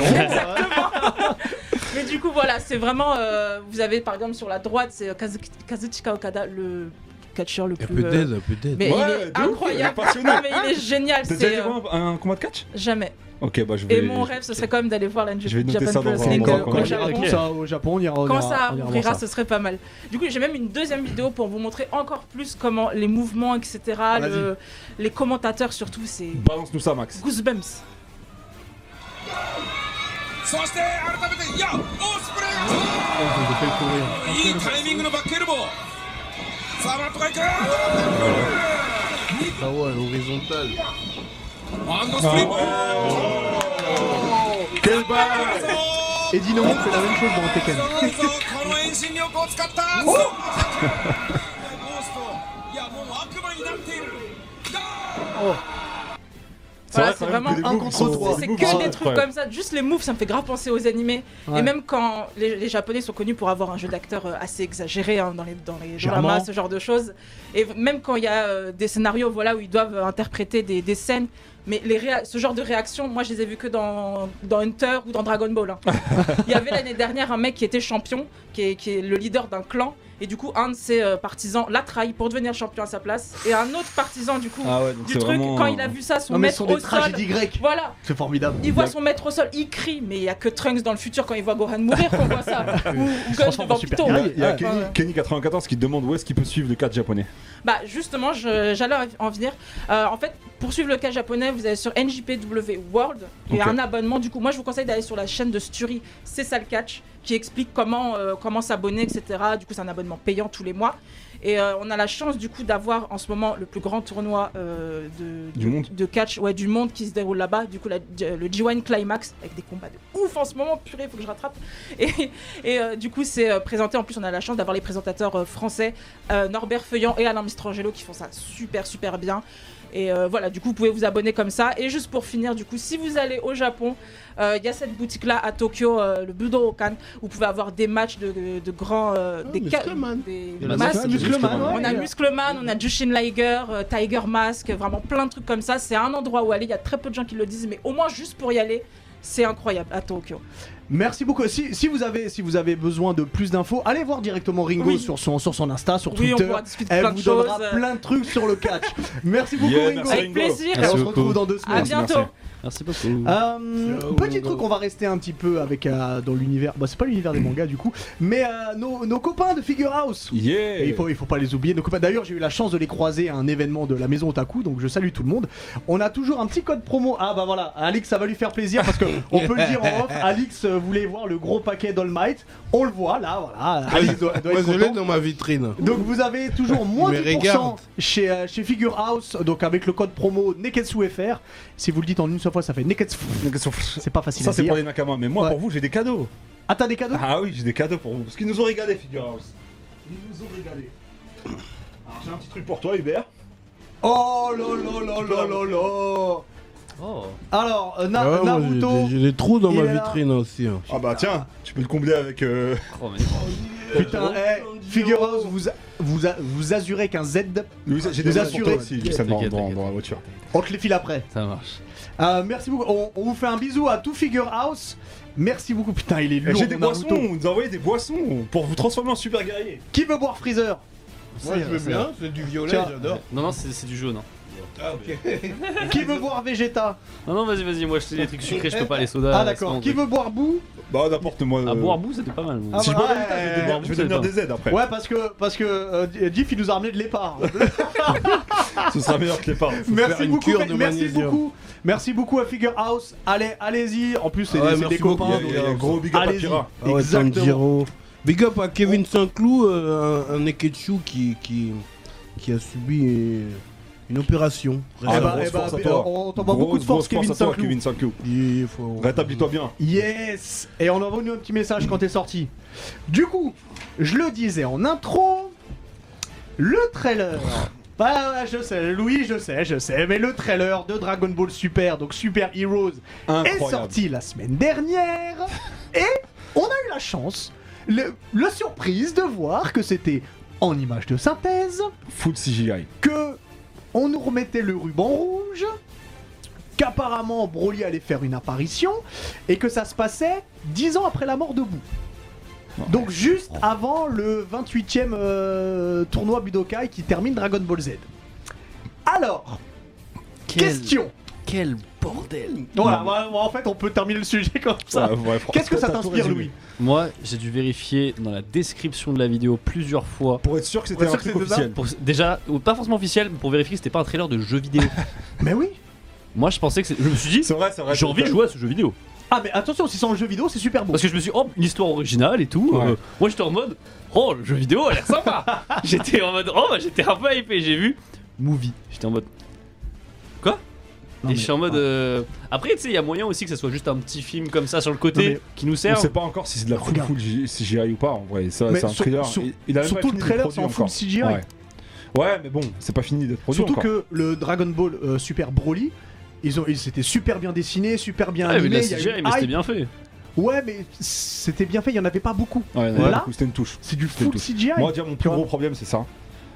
Mais du coup voilà, c'est vraiment. euh, vous avez par exemple sur la droite, c'est euh, Kazu- Kazuchika Okada, le catcheur le Un plus. peu euh, d'aide, un peu d'aide. Mais Ouais, il de est ouf, incroyable. il est passionné. Non mais il est génial. T'as C'est déjà été euh, voir un, un combat de catch? jamais. Ok, bah je vais. Et mon rêve, ce serait quand même d'aller voir la Je vais noter Japan ça dans un Wrestling endroit euh, qu'on au a- Japon. Ok. Ça, au Japon, on ira. on Quand ira- ça on ira ouvrira, voir ce ça. serait pas mal. Du coup, j'ai même une deuxième vidéo pour vous montrer encore plus comment les mouvements, et cetera, Vas-y. le- les commentateurs surtout, c'est Balance-nous ça, Max. goosebumps. そして改めていやオースプレイがいいタイミングのバックエルボーさあなんとかいく Ah ouais, l'horizontale. ワンドスプリンボー Quel balle Et Dynamo fait la même chose dans Tekken. すごいぞこの遠心力を使ったゴーストいやもう悪魔になっている Voilà, vrai c'est quand même vraiment que les un moves contre sont- trois. C'est les que moves sont des trucs incroyables. comme ça. Juste les moves, ça me fait grave penser aux animés. Ouais. Et même quand les, les Japonais sont connus pour avoir un jeu d'acteur euh, assez exagéré hein, dans les dans les Charmant. dramas, ce genre de choses. Et v- même quand il y a euh, des scénarios, voilà, où ils doivent euh, interpréter des, des scènes. Mais les réa- ce genre de réaction, moi, je les ai vus que dans, dans Hunter ou dans Dragon Ball. hein. Il y avait l'année dernière un mec qui était champion, qui est, qui est le leader d'un clan. Et du coup, un de ses euh, partisans l'a trahi pour devenir champion à sa place. Et un autre partisan, du coup, Ah ouais, donc du c'est truc, vraiment- quand il a vu ça, son Non, mais maître ce sont des au sol. tragédies grecques. Voilà. C'est formidable. Il voit son maître au sol, il crie, mais il y a que Trunks dans le futur quand il voit Gohan mourir qu'on voit ça. ou ou Gon transforme en devant super Piton. Il y a, il y a Ouais. Kenny, Ouais. Kenny quatre-vingt-quatorze qui te demande où est-ce qu'il peut suivre le catch japonais. Bah justement, je- j'allais en venir. Euh, en fait, pour suivre le cas japonais, vous allez sur N J P W World. Il y a Ok. un abonnement. Du coup, moi, je vous conseille d'aller sur la chaîne de Sturi, c'est ça le catch, qui explique comment euh, comment s'abonner, et cetera. Du coup, c'est un abonnement payant tous les mois. Et euh, on a la chance du coup d'avoir en ce moment le plus grand tournoi euh, de, Du de, monde. de catch, ouais, du monde qui se déroule là-bas. Du coup, la- le G un Climax avec des combats de ouf en ce moment. Purée, il faut que je rattrape. Et, et euh, du coup, c'est euh, présenté. En plus, on a la chance d'avoir les présentateurs euh, français, euh, Norbert Feuillant et Alain Mistrangelo, qui font ça super super bien. Et euh, voilà, du coup, vous pouvez vous abonner comme ça. Et juste pour finir, du coup, si vous allez au Japon, euh, il y a cette boutique-là à Tokyo, euh, le Budokan, où vous pouvez avoir des matchs de, de, de grands. euh, des ca- Muscleman. des- Des des masques. masques. Muscleman, ouais. On a Muscleman, on a Jushin Liger, euh, Tiger Mask, vraiment plein de trucs comme ça. C'est un endroit où aller. Il y a très peu de gens qui le disent, mais au moins juste pour y aller, c'est incroyable à Tokyo. Merci beaucoup. Si, si, vous avez, si vous avez besoin de plus d'infos, allez voir directement Ringo Oui. sur, son, sur son Insta, sur Oui, on Twitter. pourra discuter Elle plein vous de donnera choses. plein de trucs sur le catch. Merci beaucoup Yeah, Ringo. merci, Avec Ringo. plaisir. Et on Merci se beaucoup. retrouve dans deux semaines. À bientôt. merci. Merci beaucoup. Euh, petit truc, on va rester un petit peu avec euh, dans l'univers. Bah, c'est pas l'univers des mangas du coup, mais euh, nos, nos copains de Figure House. Yeah. Et il faut, il faut pas les oublier. Nos copains. D'ailleurs, j'ai eu la chance de les croiser à un événement de la Maison Otaku, donc je salue tout le monde. On a toujours un petit code promo. Ah bah voilà, Alix, ça va lui faire plaisir parce que on peut le dire en off. Alix euh, voulait voir le gros paquet d'All Might. On le voit là, voilà. Alix doit, doit Moi, être je l'ai content. dans ma vitrine. Donc vous avez toujours moins Mais dix pour cent regarde. chez, euh, chez Figure House, donc avec le code promo NeketsuFR. Si vous le dites en une seule fois, ça fait Neketsu. C'est pas facile Ça à c'est dire. pour les Nakama, mais moi Ouais. pour vous j'ai des cadeaux. Ah, t'as des cadeaux? Ah oui, j'ai des cadeaux pour vous. Parce qu'ils nous ont régalé, Figure House. Ils nous ont régalé. Alors j'ai un petit truc pour toi, Hubert. Oh là là là là là là. Oh. Alors, euh, Na- Ah ouais, moi, j'ai Naruto. des- j'ai des trous dans il ma est là. vitrine aussi. hein. Ah bah tiens, tu peux le combler avec. Euh... Oh, magnifique. Putain, eh, Figure House, vous, a- vous, a- vous assurez qu'un Z, Louis, j'ai Vous des assurez. assurés aussi, juste dans, T'inquiète, dans, t'inquiète. dans la voiture. on te les file après. Ça marche. Euh, merci beaucoup. On, on vous fait un bisou à tout Figure House. Merci beaucoup. Putain, il est Et lourd. J'ai des mon boissons, Naruto. vous nous envoyez des boissons pour vous transformer en super guerrier. Qui veut boire Freezer? Moi, je veux bien, c'est du violet, Tiens. j'adore. Non, non, c'est c'est du jaune. Hein. Ah, ok. Qui veut boire Vegeta? Non, non, vas-y, vas-y. Moi, je sais les trucs sucrés, je peux pas les sodas. Ah c'est d'accord. mon Qui truc. veut boire Boo? Bah n'importe moi. À euh, boire bout, c'était pas mal. moi. Ah, Si je bah, bois ouais, Vegeta, je vais ouais, devenir- je vais ouais. devenir des Z après. Ouais, parce que parce que euh, Diff il nous a ramené de l'épar. Ce sera meilleur que les parents. faire Merci une beaucoup, cure de merci magnésium. beaucoup, merci beaucoup à Figure House. Allez, allez-y. En plus, c'est Ah ouais, des- c'est merci des beaucoup. copains. Il y a- il y a donc, gros big up à allez-y. Kira. Ah ouais, Exactement. Tanjiro. Big up à Kevin Saint-Cloud, euh, un, un Neketsu qui, qui, qui a subi euh, une opération. Eh bah, récemment. eh bah, force à euh, toi. on t'envoie Grosse, beaucoup de force, grosse Kevin force à toi, Saint-Cloud. Kevin Saint-Cloud. Il faut... Rétablis-toi bien. Yes. Et on envoie nous un petit message quand t'es sorti. Du coup, je le disais en intro, le trailer. Bah ouais, je sais, Louis, je sais, je sais, mais le trailer de Dragon Ball Super, donc Super Heroes, est Incroyable. sorti la semaine dernière et on a eu la chance, le, la surprise de voir que c'était en image de synthèse, Full C G I. que on nous remettait le ruban rouge, qu'apparemment Broly allait faire une apparition et que ça se passait dix ans après la mort de Boo. Donc juste avant le vingt-huitième euh, tournoi Budokai qui termine Dragon Ball Z. Alors, question. Quel bordel. Voilà, voilà, en fait on peut terminer le sujet comme ça. Ouais, ouais, fr- Qu'est-ce que ça t'as tout t'inspire, résumé. Louis? Moi, j'ai dû vérifier dans la description de la vidéo plusieurs fois. Pour être sûr que Pour c'était être un sûr que truc c'était ça. officiel. Pour, déjà, ou pas forcément officiel, mais pour vérifier que c'était pas un trailer de jeu vidéo. Mais oui. Moi, je pensais que c'est- je me suis dit, C'est vrai, c'est vrai. j'ai envie de jouer à ce jeu vidéo. Ah mais attention, si c'est en jeu vidéo, c'est super beau. Parce que je me suis dit, oh, une histoire originale et tout. Ouais. euh, moi, j'étais en mode, oh, le jeu vidéo a l'air sympa. J'étais en mode, oh, bah, j'étais un peu hypé. J'ai vu movie. J'étais en mode, quoi? Non, Et mais- je suis en mode. euh, Après, tu sais, il y a moyen aussi que ça soit juste un petit film comme ça sur le côté Non, mais- qui nous On sert. sait pas encore si c'est de la full, Regarde. full G- C G I ou pas en vrai. Ça, Mais c'est un sur- trailer. sur- il, il a même surtout pas le fini trailer, d'être c'est en produit full encore. C G I. Ouais. Ouais, mais bon, c'est pas fini d'être produit Surtout encore. que le Dragon Ball euh, Super Broly, ils ont, ils c'était super bien dessiné, super bien Ouais, mais de animé. la il y a C G I, eu mais c'était hype. bien fait. Ouais, mais c'était bien fait, il y en avait pas beaucoup. Ouais, Voilà. du coup, c'était une touche. C'est du C'était full tout. C G I. Moi, dire mon plus Tu vois. gros problème, c'est ça.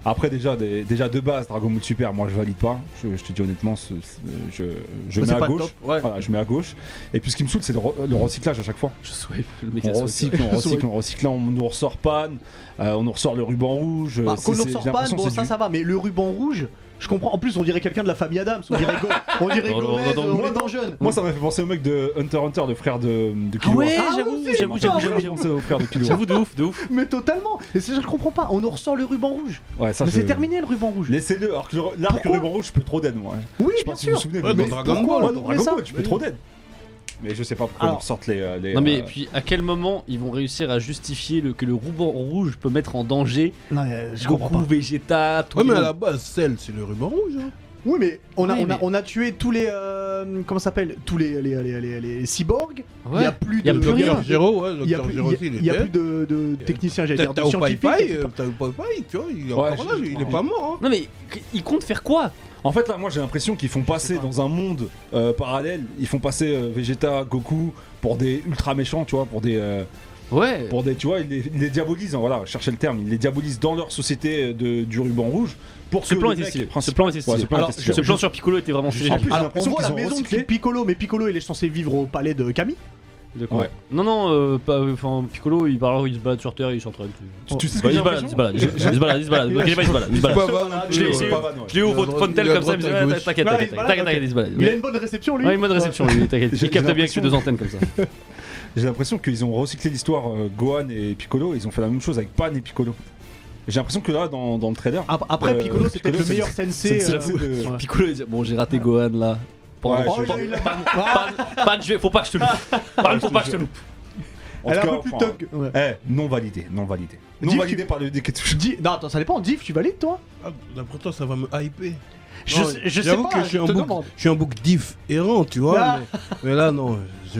Après déjà, des- déjà de base, Dragon Ball Super, moi je valide pas. Je, je te dis honnêtement, ce- ce- je, je Mais mets c'est à pas le gauche. top, ouais. Voilà, je mets à gauche. Et puis ce qui me saoule, c'est le, re- le recyclage à chaque fois. Je swipe, le mec On a swipe. recycle, on recycle, on recycle. Là, on nous ressort Pan, euh, on nous ressort le ruban rouge. Bah, c'est- quand on c'est- ressort j'ai pas, l'impression bon que c'est ça du- ça va, mais le ruban rouge, je comprends. En plus, on dirait quelqu'un de la famille Adams. On dirait, Go- on dirait Dans le- Gomez, dans le- on est dans jeune. Moi, ça m'a fait penser au mec de Hunter x Hunter, le frère de, de Killua. ouais, Ah, j'avoue, aussi, j'avoue, putain, j'avoue, J'ai j'avoue. pensé au frère de Killua. J'avoue de ouf, de ouf. Mais totalement. Et c'est, je ne comprends pas. On nous ressort le ruban rouge. Ouais, ça Mais je- c'est terminé le ruban rouge. Laissez-le, alors que le- l'arc Pourquoi ruban rouge, je peux trop d'aide, moi. Oui, Je sais bien pas si vous vous sûr. souvenez. Ouais, mais- dans Dragon pourquoi Ball. on Dans aurait Dragon ça Ball, tu peux Mais- trop d'aide. Mais je sais pas pourquoi Alors- ils ressortent les. euh, les, Non mais euh, puis à quel moment ils vont réussir à justifier le, que le ruban rouge peut mettre en danger Non, euh, je comprends Goku, pas. Vegeta, tout Ouais, mais le à monde. la base, Cell, c'est le ruban rouge. Hein. Oui, mais on a, Oui, on a, mais- on a tué tous les. euh, comment ça s'appelle? Tous les, les, les, les, les cyborgs. Il Ouais. y a plus Y a de. plus rien. Docteur Gero, ouais, Il y a Docteur plus, Gero il y a- aussi, il il y a était. plus de, de techniciens, j'allais dire, T'as de au scientifiques. Pai-Pai, et euh, tout. t'as au Pai-Pai, tu vois, il est Ouais, encore là, je- il est pas mort. Hein. Non mais ils comptent faire quoi? En fait, là, moi j'ai l'impression qu'ils font passer dans un monde euh, parallèle, ils font passer euh, Vegeta, Goku pour des ultra méchants, tu vois, pour des. euh, Ouais. pour des tu vois, ils les, ils les diabolisent, hein, voilà, cherchez le terme, ils les diabolisent dans leur société de, du ruban rouge. Pour Ce que plan le était mec stylé. principal- Ce plan était stylé. Ouais, ce plan Alors, était stylé. Ce plan sur Piccolo était vraiment stylé. En plus, j'ai Alors, on l'impression voit qu'ils la ont maison de recyclé. Piccolo, mais Piccolo il est censé vivre au palais de Camille. De quoi Ouais. Non non, euh, pas, enfin Piccolo il parle, il se balade sur Terre, il s'entraîne. Tu, tu sais ce Bah, que il j'ai se balade, il se balade, il se balade, il se balade, il se balade. Vous inquiétez pas, il se balade, il se balade. Je l'ai- je l'ai- je l'ai eu au Fontaine comme ça, il me dit ah, t'inquiète, t'inquiète, Ouais, t'inquiète, voilà, t'inquiète, ok. t'inquiète, il se balade. Il a une bonne réception lui. Ouais, une bonne réception lui, t'inquiète. J'ai- Il capte j'ai bien avec ses deux antennes comme ça. J'ai l'impression qu'ils ont recyclé l'histoire euh, Gohan et Piccolo, ils ont fait la même chose avec Pan et Piccolo. J'ai l'impression que là, dans, dans le trailer. Ap- Après, euh, Piccolo c'est peut-être le c'est- meilleur c'est- sensei. c'est- euh, c'est de- ouais. Piccolo il dit bon j'ai raté Gohan là. Ouais, Oh, je- il a eu la- Pan, Pan, je vais- faut pas que je te loupe. Pan, faut pas que je te loupe. En Elle est tout un cas, peu plus enfin, thug. Ouais. Eh, non validé, non validé. Non Diff, validé par le Deketsu. Dis- Non, attends, ça dépend. Diff, tu valides toi? Ah, d'après toi, ça va me hyper. Je Non, sais- je sais j'avoue pas, que je suis je un te bouc, demande. je suis un bouc diff errant, tu vois. Ah. Mais, mais là, non, je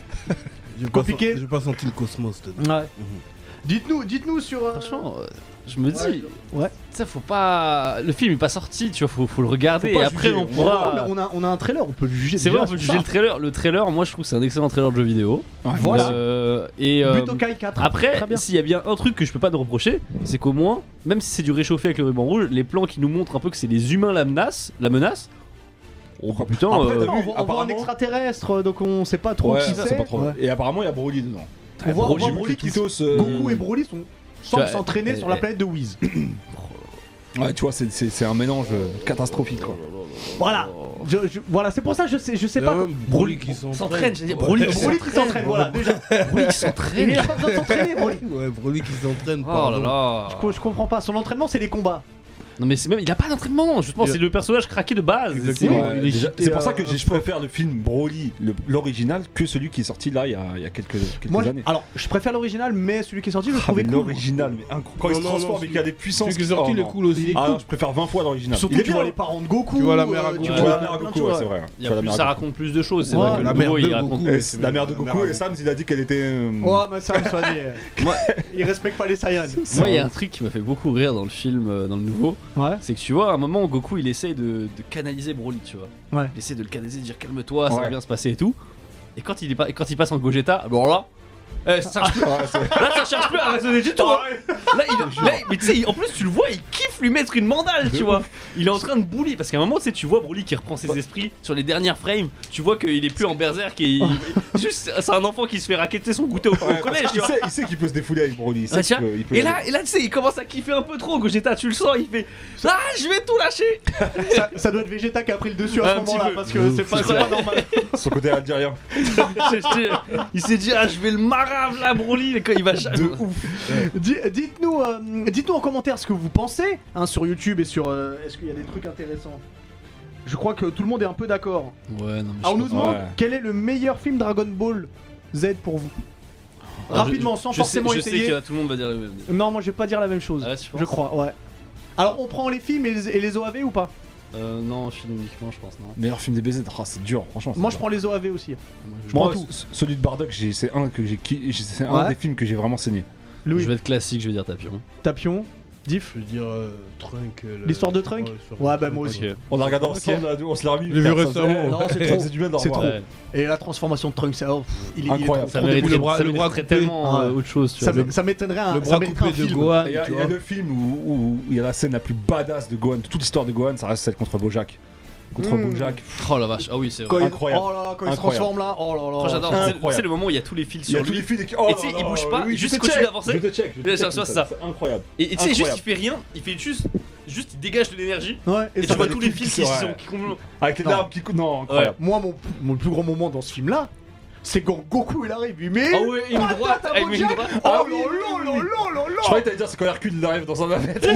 j'ai pas, Compliqué. sen- j'ai pas senti le cosmos. dedans. Ouais. Dites-nous, dites-nous sur. euh, Franchement, euh, je me dis, Ouais. ça faut pas. Le film est pas sorti, tu vois, faut, faut le regarder Faut et pas après juger. on pourra. Non, mais on a, on a un trailer, on peut le juger. C'est déjà vrai, on peut sur juger ça. le trailer. Le trailer, moi je trouve que c'est un excellent trailer de jeu vidéo. Voilà. Euh, et euh, Butokai quatre. après, Très bien. s'il y a bien un truc que je peux pas te reprocher, c'est qu'au moins, même si c'est du réchauffé avec le ruban rouge, les plans qui nous montrent un peu que c'est les humains la menace, la menace. Oh bah putain, Après, euh, t'as Non, on vu, voit, on voit un apparemment- extraterrestre, donc on sait pas trop Ouais, qui ça, c'est. c'est pas trop. Ouais. Et apparemment, il y a Broly dedans. On voit, on Broly, voit j'ai vu Broly que qui Titos, euh, Goku et Broly sont semblent vois, s'entraîner euh, sur la euh, planète de Whis. Ouais, tu vois, c'est- c'est c'est un mélange euh, catastrophique quoi. Voilà. Je, je- voilà, c'est pour ça que je sais, je sais Il y a pas. même Broly qui s'entraîne. s'entraîne, j'ai dit Ouais. Broly qui Broly qui s'entraîne, voilà, déjà. Broly qui Il s'entraîne. a pas besoin de s'entraîner, Broly. Ouais, Broly qui s'entraîne. Oh là pardon. là. Je, co- je comprends pas. Son entraînement, c'est les combats. Non mais c'est même, il a pas d'entraînement. Justement, Il a- c'est le personnage craqué de base. Exactement. C'est- Ouais, il est déjà, cité, c'est pour euh, ça que j'ai- je préfère le film Broly, le- l'original, que celui qui est sorti là il y a, il y a quelques, quelques Moi, je- années. alors, je préfère l'original, mais celui qui est sorti, je le Ah, trouvais mais cool. l'original, mais incroyable. Quand il Non, se non, transforme non, et qu'il y a des puissances. Celui qui est sorti, oh, il est non. cool aussi. Ah non, je préfère vingt fois l'original. Surtout Il est tu vois bien. les parents de Goku. Tu vois la mère à euh, Goku. tu Tu Ouais. vois vois la mère à plein de Goku, ouais, choses. c'est vrai. Il y Tu vois a la plus, mère ça à raconte plus de choses. C'est Ouais, vrai que la le mère nouveau, de il Goku. raconte. Goku. Et la mère de La Goku mère et Sam, il a dit qu'elle était. euh, Ouais, mais ça me soigne. Moi, Il respecte pas les Saiyans. moi, il y a un truc qui m'a fait beaucoup rire dans le film, euh, dans le nouveau. Ouais. C'est que tu vois, à un moment, Goku il essaye de, de canaliser Broly, tu vois. Ouais. Il essaie de le canaliser, de dire calme-toi, ça va Ouais. bien se passer et tout. Et quand il, est pas, quand il passe en Gogeta, alors là. eh, ça charge plus. Ouais, c'est- Là, ça cherche plus à raisonner du tout. hein. Là, il, là, mais tu sais, il- en plus, tu le vois, il kiffe lui mettre une mandale, tu vois. Il est en train de bully parce qu'à un moment, tu sais, tu vois Broly qui reprend ses esprits sur les dernières frames. Tu vois qu'il est plus en berserk et il- juste, c'est un enfant qui se fait raqueter son goûter au, au Ouais, collège, tu il vois. sait, il sait qu'il peut se défouler avec Broly. Il sait Ouais, qu'il tiens. peut- il peut- Et là, et là, tu sais, il commence à kiffer un peu trop, Gogeta, tu le sens, il fait ah, je vais tout lâcher. Ça, ça doit être Vegeta qui a pris le dessus à Un ce petit moment-là peu. parce que c'est pas, c'est pas normal. son côté algérien. Je- je- il s'est dit ah, je vais le marave là, Broly, et quand il va. De ouf. Di- Dites-nous, euh, dites-nous en commentaire ce que vous pensez hein, sur YouTube et sur. euh, Est-ce qu'il y a des trucs intéressants? Je crois que tout le monde est un peu d'accord. Ouais, non, mais Alors on je nous pense- demande Ouais. quel est le meilleur film Dragon Ball Z pour vous. Alors, Rapidement, je- sans je forcément sais, je sais essayer. que tout le monde va dire le même. Non, moi je vais pas dire la même chose. Ah ouais, tu penses je crois, ouais. Alors on prend les films et les, et les O A V ou pas? Euh, non, film uniquement, je pense, non. Meilleur film des B Z, ah, c'est dur, franchement. c'est Moi je dur. prends les O A V aussi. Moi, je, Je prends Moi, tout. c- celui de Bardock, j'ai- c'est un que j'ai, qui- c'est un Ouais. des films que j'ai vraiment saigné. Louis, je vais être classique, je vais dire Tapion. Tapion. Diff. Je veux dire, euh, Trunk. euh, le- L'histoire de Trunk. sur- Ouais, bah moi aussi. Ok. On a regardé Ok. ensemble, là, on se l'a remis. Je l'ai vu frère, ça récemment. faisait- Non, c'est ça trop. faisait du bien de le C'est revoir. trop. Et la transformation de Trunks, c'est oh, pff, il est il est Incroyable. trop- Ça trop mériterait dégueu. le bras- ça le bras mériterait coupé. tellement euh, Ouais. autre chose. Tu Ça vois. me- ça m'étonnerait un Le ça bras mériterait coupé un de film. Gohan. Il y, a, tu il y a vois. le film où, où il y a la scène la plus badass de Gohan, de toute l'histoire de Gohan, ça reste celle contre Bojack. Contre Mmh. Bojack. Oh la vache, ah oui, c'est Quand vrai. il, Incroyable. Oh là là, quand il se Incroyable. transforme là, oh là là. Oh, j'adore. Incroyable. C'est- C'est le moment où il y a tous les fils Il y a sur tous lui. les filles qui. Et tu sais, il bouge pas, oui, juste je te continue check, d'avancer. Je te check. je te Ouais, check, ça, ça, ça. C'est incroyable. Et et tu sais, juste Incroyable. il fait rien, il fait juste, juste il dégage de l'énergie. Ouais, Et ça tu vois va tous des les trucs fils qui qui sont- sont. ouais. qui complètement- Avec les Non. larmes qui coulent. Non, incroyable. Moi, mon, mon plus grand moment dans ce film-là, c'est quand Goku il arrive, il met. Ah ouais, une patate droite, à avec une Bojack. droite. Oh Ah là oui, oui, là oui, là oui. là là Je croyais que t'allais dire c'est quand Hercule il arrive dans un navette.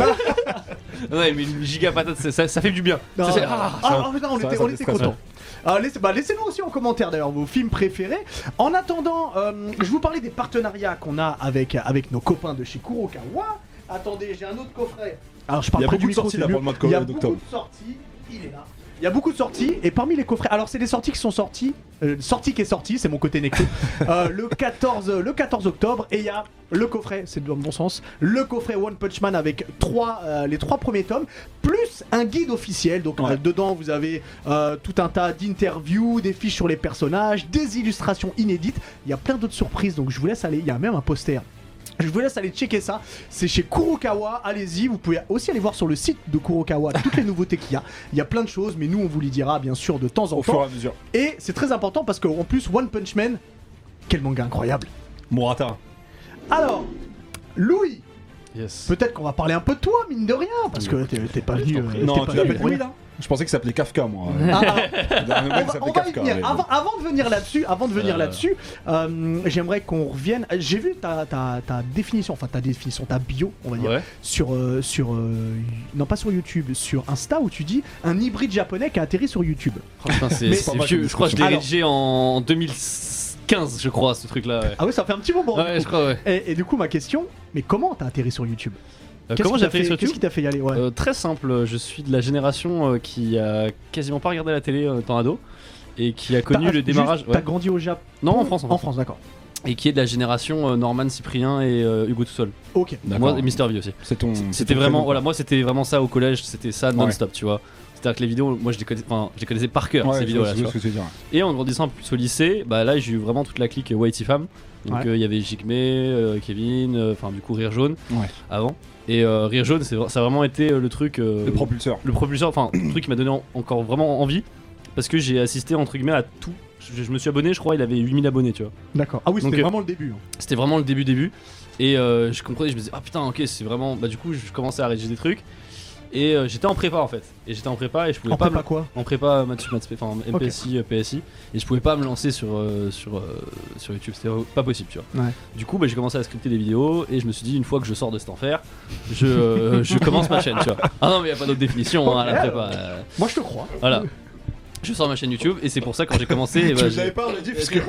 Ouais, mais une giga patate, ça, ça- ça fait du bien. Non, Ça, c'est- ah, ah, ah, mais non, on ça- était, ça on me était stresse, contents. Ah, laissez, bah, laissez-nous aussi en commentaire d'ailleurs vos films préférés. En attendant, euh, je vous parlais des partenariats qu'on a avec, avec nos copains de chez Kurokawa. Attendez, j'ai un autre coffret. Alors je parle Il y a près beaucoup du de micro, sorties c'est là mieux. pour le mois de Il y a d'octobre. beaucoup de sorties. Il est là. Il y a beaucoup de sorties et parmi les coffrets, alors c'est des sorties qui sont sorties, euh, sortie qui est sortie, c'est mon côté Necto, euh, le quatorze, le quatorze octobre et il y a le coffret, c'est dans le bon sens, le coffret One Punch Man avec trois, euh, les trois premiers tomes plus un guide officiel. Donc Ouais. euh, dedans vous avez euh, tout un tas d'interviews, des fiches sur les personnages, des illustrations inédites. Il y a plein d'autres surprises donc je vous laisse aller. Il y a même un poster. Je vous laisse aller checker ça, c'est chez Kurokawa, allez-y, vous pouvez aussi aller voir sur le site de Kurokawa toutes les nouveautés qu'il y a. Il y a plein de choses, mais nous on vous les dira bien sûr de temps en Au fur et temps. à mesure. Et c'est très important parce qu'en plus One Punch Man, quel manga incroyable. Murata. Alors, Louis, Yes. peut-être qu'on va parler un peu de toi, mine de rien, parce que t'es t'es pas venu... euh, Non, t'es tu pas l'appelles venu pour Louis rien. là Je pensais qu'il s'appelait Kafka moi. Ah, alors, Le dernier mec on va, s'appelait on va y Kafka, venir. mais bon. Avant, avant de venir là-dessus, avant de venir Euh. là-dessus, euh, j'aimerais qu'on revienne. J'ai vu ta, ta, ta définition, enfin ta définition, ta bio, on va dire, Ouais. sur euh, sur euh, non pas sur YouTube, sur Insta où tu dis un hybride japonais qui a atterri sur YouTube. Oh, putain, c'est Mais- c'est pas mal vieux. comme Je crois que je l'ai Alors- rédigé en deux mille quinze, je crois, ce truc-là. Ouais, Ah oui, ça fait un petit moment. du ouais coup. je crois, ouais. Et, et du coup, ma question, mais comment t'as atterri sur YouTube Euh, Qu'est-ce Comment qui j'ai t'a atterri fait- sur Qu'est-ce YouTube qui t'a fait y aller ouais. Euh, Très simple, je suis de la génération euh, qui a quasiment pas regardé la télé en étant ado et qui a connu T'as- le juste, démarrage. T'as ouais. grandi au Japon Non, en France, en En France. France, d'accord. Et qui est de la génération euh, Norman Cyprien et euh, Hugo tout seul. Ok. Moi et Mister V aussi. C'est ton. C'était vraiment, voilà, moi c'était vraiment ça au collège, c'était ça non-stop, Ouais. tu vois. C'est-à-dire que les vidéos, moi je les connaissais, enfin, je les connaissais par cœur, Ouais, ces je vidéos-là. vois tu ce vois. que tu veux dire. Et en grandissant plus au lycée, bah là j'ai eu vraiment toute la clique Whitey Fam. Donc Ouais. euh, il y avait Jigme, euh, Kevin, euh, enfin du coup Rire Jaune Ouais. avant. Et euh, Rire Jaune, c'est, ça a vraiment été euh, le truc. euh, Le propulseur. le propulseur, enfin le truc qui m'a donné en- encore vraiment envie. Parce que j'ai assisté entre guillemets à tout. Je, je me suis abonné, je crois, il avait huit mille abonnés, tu vois. D'accord. Ah oui, Donc, c'était euh, vraiment le début. hein. C'était vraiment le début début et euh, je comprenais, je me disais ah putain ok c'est vraiment bah du coup je commençais à rédiger des trucs et euh, j'étais en prépa en fait et j'étais en prépa et je pouvais En pas prépa me- quoi en prépa maths sup, maths spé, enfin M P S I euh, P S I et je pouvais pas me lancer sur euh, sur euh, sur YouTube, c'était pas possible tu vois. Ouais. Du coup bah, j'ai commencé à scripter des vidéos et je me suis dit une fois que je sors de cet enfer je euh, je commence ma chaîne tu vois. Ah non mais y a pas d'autre définition hein, à la prépa. euh, Moi, je te crois. voilà. Je sors ma chaîne YouTube et c'est pour ça quand j'ai commencé eh Tu bah, ne j'ai- savais pas, on l'a dit, parce que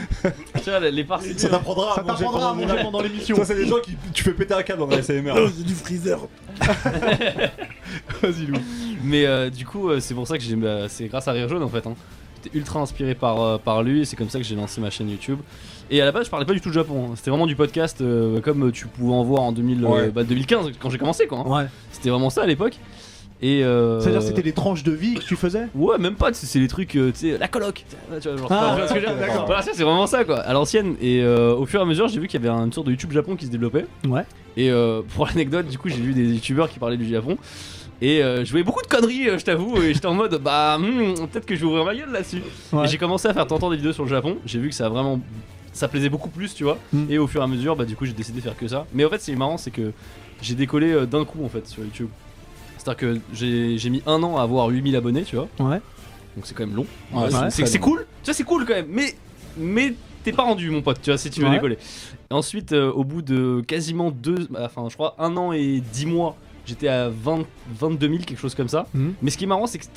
tu vois les parts ça t'apprendra Ça à manger t'apprendra à pendant manger pendant l'émission. Ça, c'est des gens qui. Tu fais péter un câble dans la S M R. Oh, c'est du freezer. Vas-y, Lou. Mais euh, du coup, euh, c'est pour ça que j'ai. bah, c'est grâce à Rire Jaune en fait. Hein. J'étais ultra inspiré par, euh, par lui et c'est comme ça que j'ai lancé ma chaîne YouTube. Et à la base, je parlais pas du tout de Japon. Hein. C'était vraiment du podcast euh, comme tu pouvais en voir en deux mille, euh, Ouais. bah, deux mille quinze quand j'ai commencé quoi. Hein. Ouais. C'était vraiment ça à l'époque. Et euh... C'est-à-dire, c'était des tranches de vie que tu faisais Ouais, même pas, c'est c'est les trucs, euh, tu sais, la coloc. Tu vois, genre, Ah, tu vois ce que je veux dire d'accord. Voilà, ça c'est vraiment ça quoi, à l'ancienne. Et euh, au fur et à mesure, j'ai vu qu'il y avait une sorte de YouTube Japon qui se développait. Ouais. Et euh, pour l'anecdote, du coup, j'ai vu des youtubeurs qui parlaient du Japon. Et euh, je voyais beaucoup de conneries, euh, je t'avoue, et j'étais en mode bah hmm, peut-être que je vais ouvrir ma gueule là-dessus. Ouais. Et j'ai commencé à faire tant des vidéos sur le Japon. J'ai vu que ça a vraiment, ça plaisait beaucoup plus, tu vois. Mm. Et au fur et à mesure, bah du coup, j'ai décidé de faire que ça. Mais en fait, c'est marrant, c'est que j'ai décollé euh, d'un coup en fait sur YouTube. C'est-à-dire que j'ai j'ai mis un an à avoir huit mille abonnés, tu vois. Ouais. Donc c'est quand même long. Ouais, Ouais, c'est c'est- c'est très c'est long. cool. Tu vois, c'est cool quand même. Mais mais t'es pas rendu, mon pote, tu vois, si tu veux Ouais. décoller. Et ensuite, euh, au bout de quasiment deux, bah, enfin, je crois un an et dix mois, j'étais à vingt, vingt-deux mille, quelque chose comme ça. Mhm. Mais ce qui est marrant, c'est que tu sais,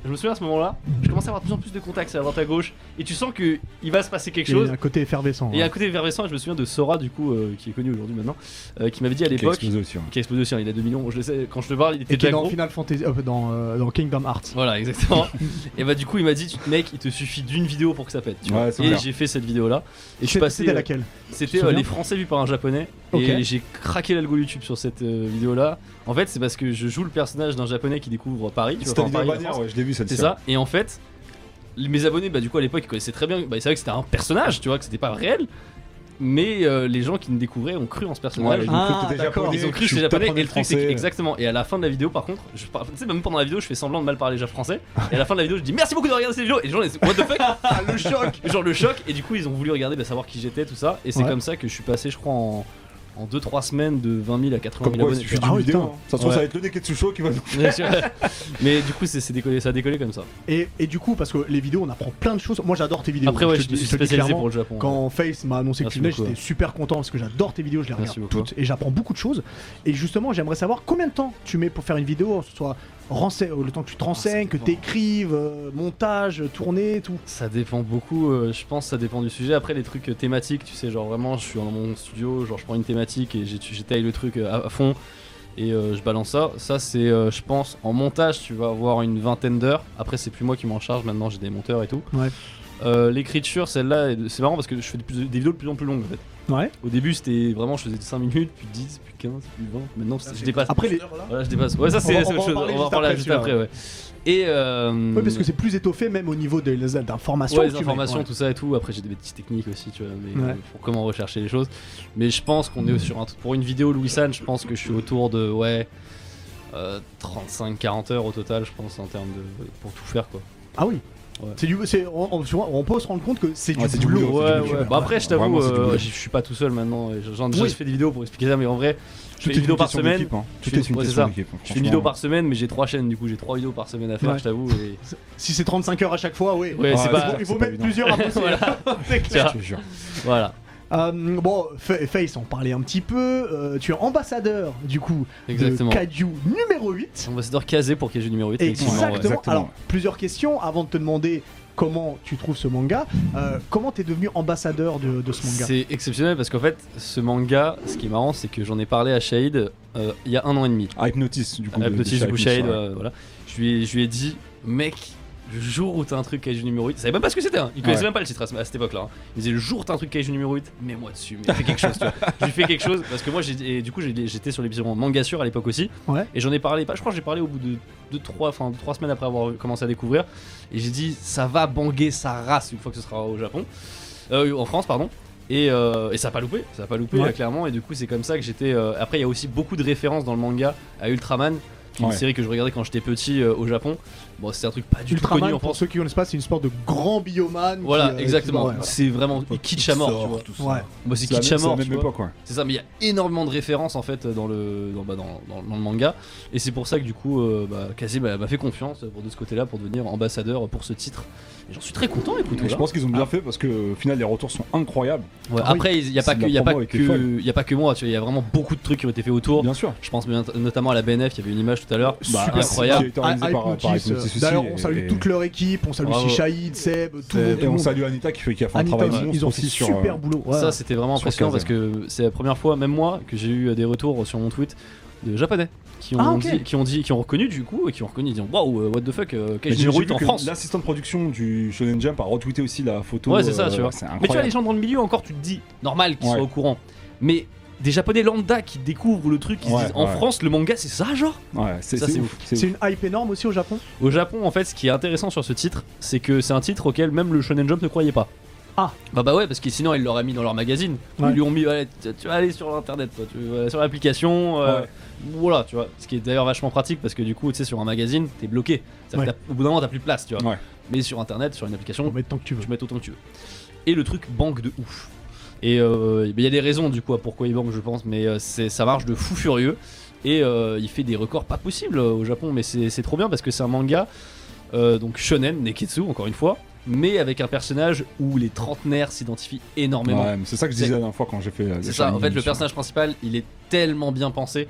je me souviens à ce moment-là, je commençais à avoir de plus en plus de contacts à droite à gauche, et tu sens que il va se passer quelque Il y chose. a un côté effervescent. Et il y a ouais. un côté effervescent, et je me souviens de Sora, du coup, euh, qui est connu aujourd'hui maintenant, euh, qui m'avait dit à Qui a l'époque. explosé aussi, hein. Qui a explosé aussi, hein, il a deux millions. Je le sais, quand je te parle, il était Et qui est déjà dans gros. Final Fantasy, euh, dans, euh, dans Kingdom Hearts. Voilà, exactement. Et bah, du coup, il m'a dit, mec, il te suffit d'une vidéo pour que ça pète. Tu vois. Ouais, c'est Et clair. j'ai fait cette vidéo-là. Et je suis C'est- passé. C'était euh, laquelle? C'était Tu te euh, souviens les Français vus par un japonais. Ok. Et j'ai craqué l'algo YouTube sur cette euh, vidéo-là. En fait, c'est parce que je joue le personnage d'un japonais qui découvre Paris. Tu vois, C'était enfin, une Paris, la bannière, France. ouais, je l'ai vu cette C'est ça. Et en fait, les- mes abonnés, bah, du coup, à l'époque, ils connaissaient très bien. Bah, ils savaient que c'était un personnage, tu vois, que c'était pas réel. Mais euh, les gens qui me découvraient ont cru en ce personnage. Ouais, ils ont Ah, cru que t'étais d'accord. japonais, Ils ont cru que tu j'étais japonais, t'apprenais et le truc c'est que, français. exactement. Et à la fin de la vidéo, par contre, je par- tu sais, même pendant la vidéo, je fais semblant de mal parler déjà français. Et à la fin de la vidéo, je dis merci beaucoup de regarder cette vidéo. Et les gens, ils disent, what the fuck. Le choc. Genre le choc. Et du coup, ils ont voulu regarder, bah, savoir qui j'étais, tout ça. Et c'est Ouais. comme ça que je suis passé, je crois, en en deux trois semaines de vingt mille à quatre-vingts Comme mille quoi, il abonnés. suffit Ah d'une oui, vidéo. putain. hein. Ça se trouve, Ouais. ça va être le Neketsu Show qui va nous. Bien sûr. Mais du coup, c'est c'est décollé, ça a décollé comme ça. Et, et du coup, parce que les vidéos, on apprend plein de choses. Moi, j'adore tes vidéos. Après, ouais, te je dis- suis te dis spécialisé clairement, pour le Japon. Quand Face m'a annoncé que Merci tu venais, beaucoup, j'étais ouais. super content parce que j'adore tes vidéos, je les Merci regarde beaucoup. toutes et j'apprends beaucoup de choses. Et justement, j'aimerais savoir combien de temps tu mets pour faire une vidéo, que ce soit renseigne, le temps que tu te renseignes, que dépend. t'écrives, euh, montage, tournée, tout. Ça dépend beaucoup, euh, je pense, ça dépend du sujet. Après, les trucs euh, thématiques, tu sais, genre vraiment, je suis dans mon studio, genre je prends une thématique et j'ai- j'étaye le truc euh, à, à fond et euh, je balance ça. Ça, c'est, euh, je pense, en montage, tu vas avoir une vingtaine d'heures. Après, c'est plus moi qui m'en charge, maintenant j'ai des monteurs et tout. Ouais. Euh, L'écriture, celle-là, est- c'est marrant parce que je fais des, plus- des vidéos de plus en plus longues en fait. Ouais. Au début, c'était vraiment, je faisais cinq minutes, puis dix, puis quinze, puis vingt. Maintenant, c'est- je dépasse. Après, les... Voilà, je dépasse. Ouais, ça, On c'est va- c'est on va autre en chose. parler On va en juste parler après, juste celui-là, après, ouais. Et. Euh, Oui, parce que c'est plus étoffé même au niveau des des informations. Ouais, que les tu mets. informations, Ouais. tout ça et tout. Après, j'ai des petites techniques aussi, tu vois, mais Ouais. euh, pour comment rechercher les choses. Mais je pense qu'on est sur un. Pour une vidéo Louis San, je pense que je suis autour de, ouais, euh, trente-cinq quarante heures au total, je pense, en termes de. Pour tout faire, quoi. Ah oui. Ouais. C'est du, c'est, on, on- tu vois, on peut se rendre compte que c'est Ouais, du c'est du boulot. boulot, Ouais, c'est ouais. du boulot. Bah après, je t'avoue, Vraiment, c'est du euh, boulot. je suis pas tout seul maintenant. et J'en ai déjà Oui. fait des vidéos pour expliquer ça, mais en vrai, je fais Tout des est vidéos une par question semaine. d'équipe, hein. Je Tout fais- est une ouais, c'est question ça. d'équipe. hein, Je fais une vidéo par semaine, mais j'ai trois chaînes, du coup, j'ai trois vidéos par semaine à faire, Ouais. je t'avoue. Et... Si c'est trente-cinq heures à chaque fois, oui. Ouais, Ah, c'est c'est pas. bon. Il faut c'est mettre évident. plusieurs à bosser. Voilà. C'est clair. Je te jure. Voilà, Euh, bon, Fa- Face, on parlait un petit peu. euh, tu es ambassadeur, du coup, exactement. de Kaiju numéro huit. Ambassadeur casé pour Kaiju numéro huit. effectivement, ouais. Exactement. exactement. Alors, plusieurs questions avant de te demander comment tu trouves ce manga. Euh, comment t'es devenu ambassadeur de, de ce manga? C'est exceptionnel parce qu'en fait, ce manga, ce qui est marrant, c'est que j'en ai parlé à Shahid euh, il y a un an et demi. Ah, Hypnotis, du coup. À de- Petit de du coup, Shahid, Shahid, ouais. euh, voilà. Je lui, ai, je lui ai dit, mec, le jour où t'as un truc Kaiju numéro huit, il savait même pas ce que c'était, hein. Il connaissait Ouais. même pas le titre à, ce- à cette époque-là. hein. Il disait, le jour où t'as un truc Kaiju numéro huit, mets-moi dessus, mais fais quelque chose, tu vois. Je lui fais quelque chose parce que moi, j'ai, et du coup, j'ai- j'étais sur l'épisode Manga Sur à l'époque aussi. Ouais. Et j'en ai parlé, pas, je crois que j'ai parlé au bout de deux, trois, enfin, trois semaines après avoir commencé à découvrir. Et j'ai dit, ça va banguer sa race une fois que ce sera au Japon. Euh, en France, pardon. Et, euh, et ça a pas loupé, ça a pas loupé Ouais. là, clairement. Et du coup, c'est comme ça que j'étais. euh, Après, il y a aussi beaucoup de références dans le manga à Ultraman, qui est une Ouais. série que je regardais quand j'étais petit euh, au Japon. Bon, c'est un truc pas du tout Ultraman, connu en pour France. ceux qui connaissent pas, c'est une sorte de grand bioman. qui, Voilà, euh, qui- exactement. ouais, ouais. C'est vraiment kitsch à mort, tu vois. Tout ça. Ouais. Bah, c'est C'est la kitsch à même- c'est mort, la tu même vois. époque, ouais. C'est ça, mais il y a énormément de références en fait dans le, dans, bah, dans, dans- dans le manga. Et c'est pour ça que du coup, euh, bah, Kazi m'a m'a fait confiance pour de ce côté-là pour devenir ambassadeur pour ce titre. Et j'en suis très content, écoute. Et je voilà. pense qu'ils ont bien fait parce que au final les retours sont incroyables. Ouais, Ah oui. après, il y a pas C'est que, la il y a pas promo avec les que, folles. il y a pas que moi. Tu vois, il y a vraiment beaucoup de trucs qui ont été faits autour. Bien sûr. Je pense bien- notamment à la B N F. Il y avait une image tout à l'heure. Bah, Super incroyable. Qui a été organisé Ah, par, par Hypnotis, Hypnotis euh, aussi, D'ailleurs, on et- salue et- toute leur équipe, on salue Bravo. aussi Shahid, Seb, tout, tout Et le on monde. salue Anita qui, fait, qui a fait un Anita travail aussi, monstre ils ont fait aussi sur. super euh, boulot. Ouais. Ça, c'était vraiment Sur impressionnant Kaze. parce que c'est la première fois, même moi, que j'ai eu des retours sur mon tweet de japonais qui ont, Ah, ok. dit, qui ont dit, qui ont reconnu du coup et qui ont reconnu, ils disent waouh, euh, what the fuck, euh, Mais Kaiju j'ai numéro j'ai huit vu en que France. l'assistant de production du Shonen Jump a retweeté aussi la photo. Ouais, c'est ça, euh, tu vois. C'est Mais tu vois, les incroyable. gens dans le milieu encore, tu te dis normal qu'ils Ouais. soient au courant. Mais des japonais lambda qui découvrent le truc, qui Ouais, se disent en ouais. France, le manga c'est ça, genre. Ouais, c'est Ça, c'est c'est ouf. c'est C'est ouf. une hype énorme aussi au Japon. Au Japon, en fait, ce qui est intéressant sur ce titre, c'est que c'est un titre auquel même le Shonen Jump ne croyait pas. Ah. Bah bah ouais, parce que sinon ils l'auraient mis dans leur magazine. Ouais. Ils lui ont mis, ouais, tu, tu vas aller sur internet, toi, tu vas sur l'application, euh, Ouais. voilà, tu vois. Ce qui est d'ailleurs vachement pratique parce que du coup, tu sais, sur un magazine, t'es bloqué. C'est-à-dire Ouais. que t'as- au bout d'un moment, t'as plus de place, tu vois. Ouais. Mais sur internet, sur une application, On met tant que tu veux. tu mets autant que tu veux. Et le truc banque de ouf. Et euh, il y a des raisons du coup à pourquoi il banque, je pense, mais euh, c'est, ça marche de fou furieux. Et euh, il fait des records pas possibles euh, au Japon, mais c'est, c'est trop bien parce que c'est un manga, euh, donc shonen, neketsu, encore une fois, mais avec un personnage où les trentenaires s'identifient énormément. Ouais, mais c'est ça que je disais la dernière fois quand j'ai fait. euh, C'est le ça, en Shining fait, le Mission. personnage principal, il est tellement bien pensé.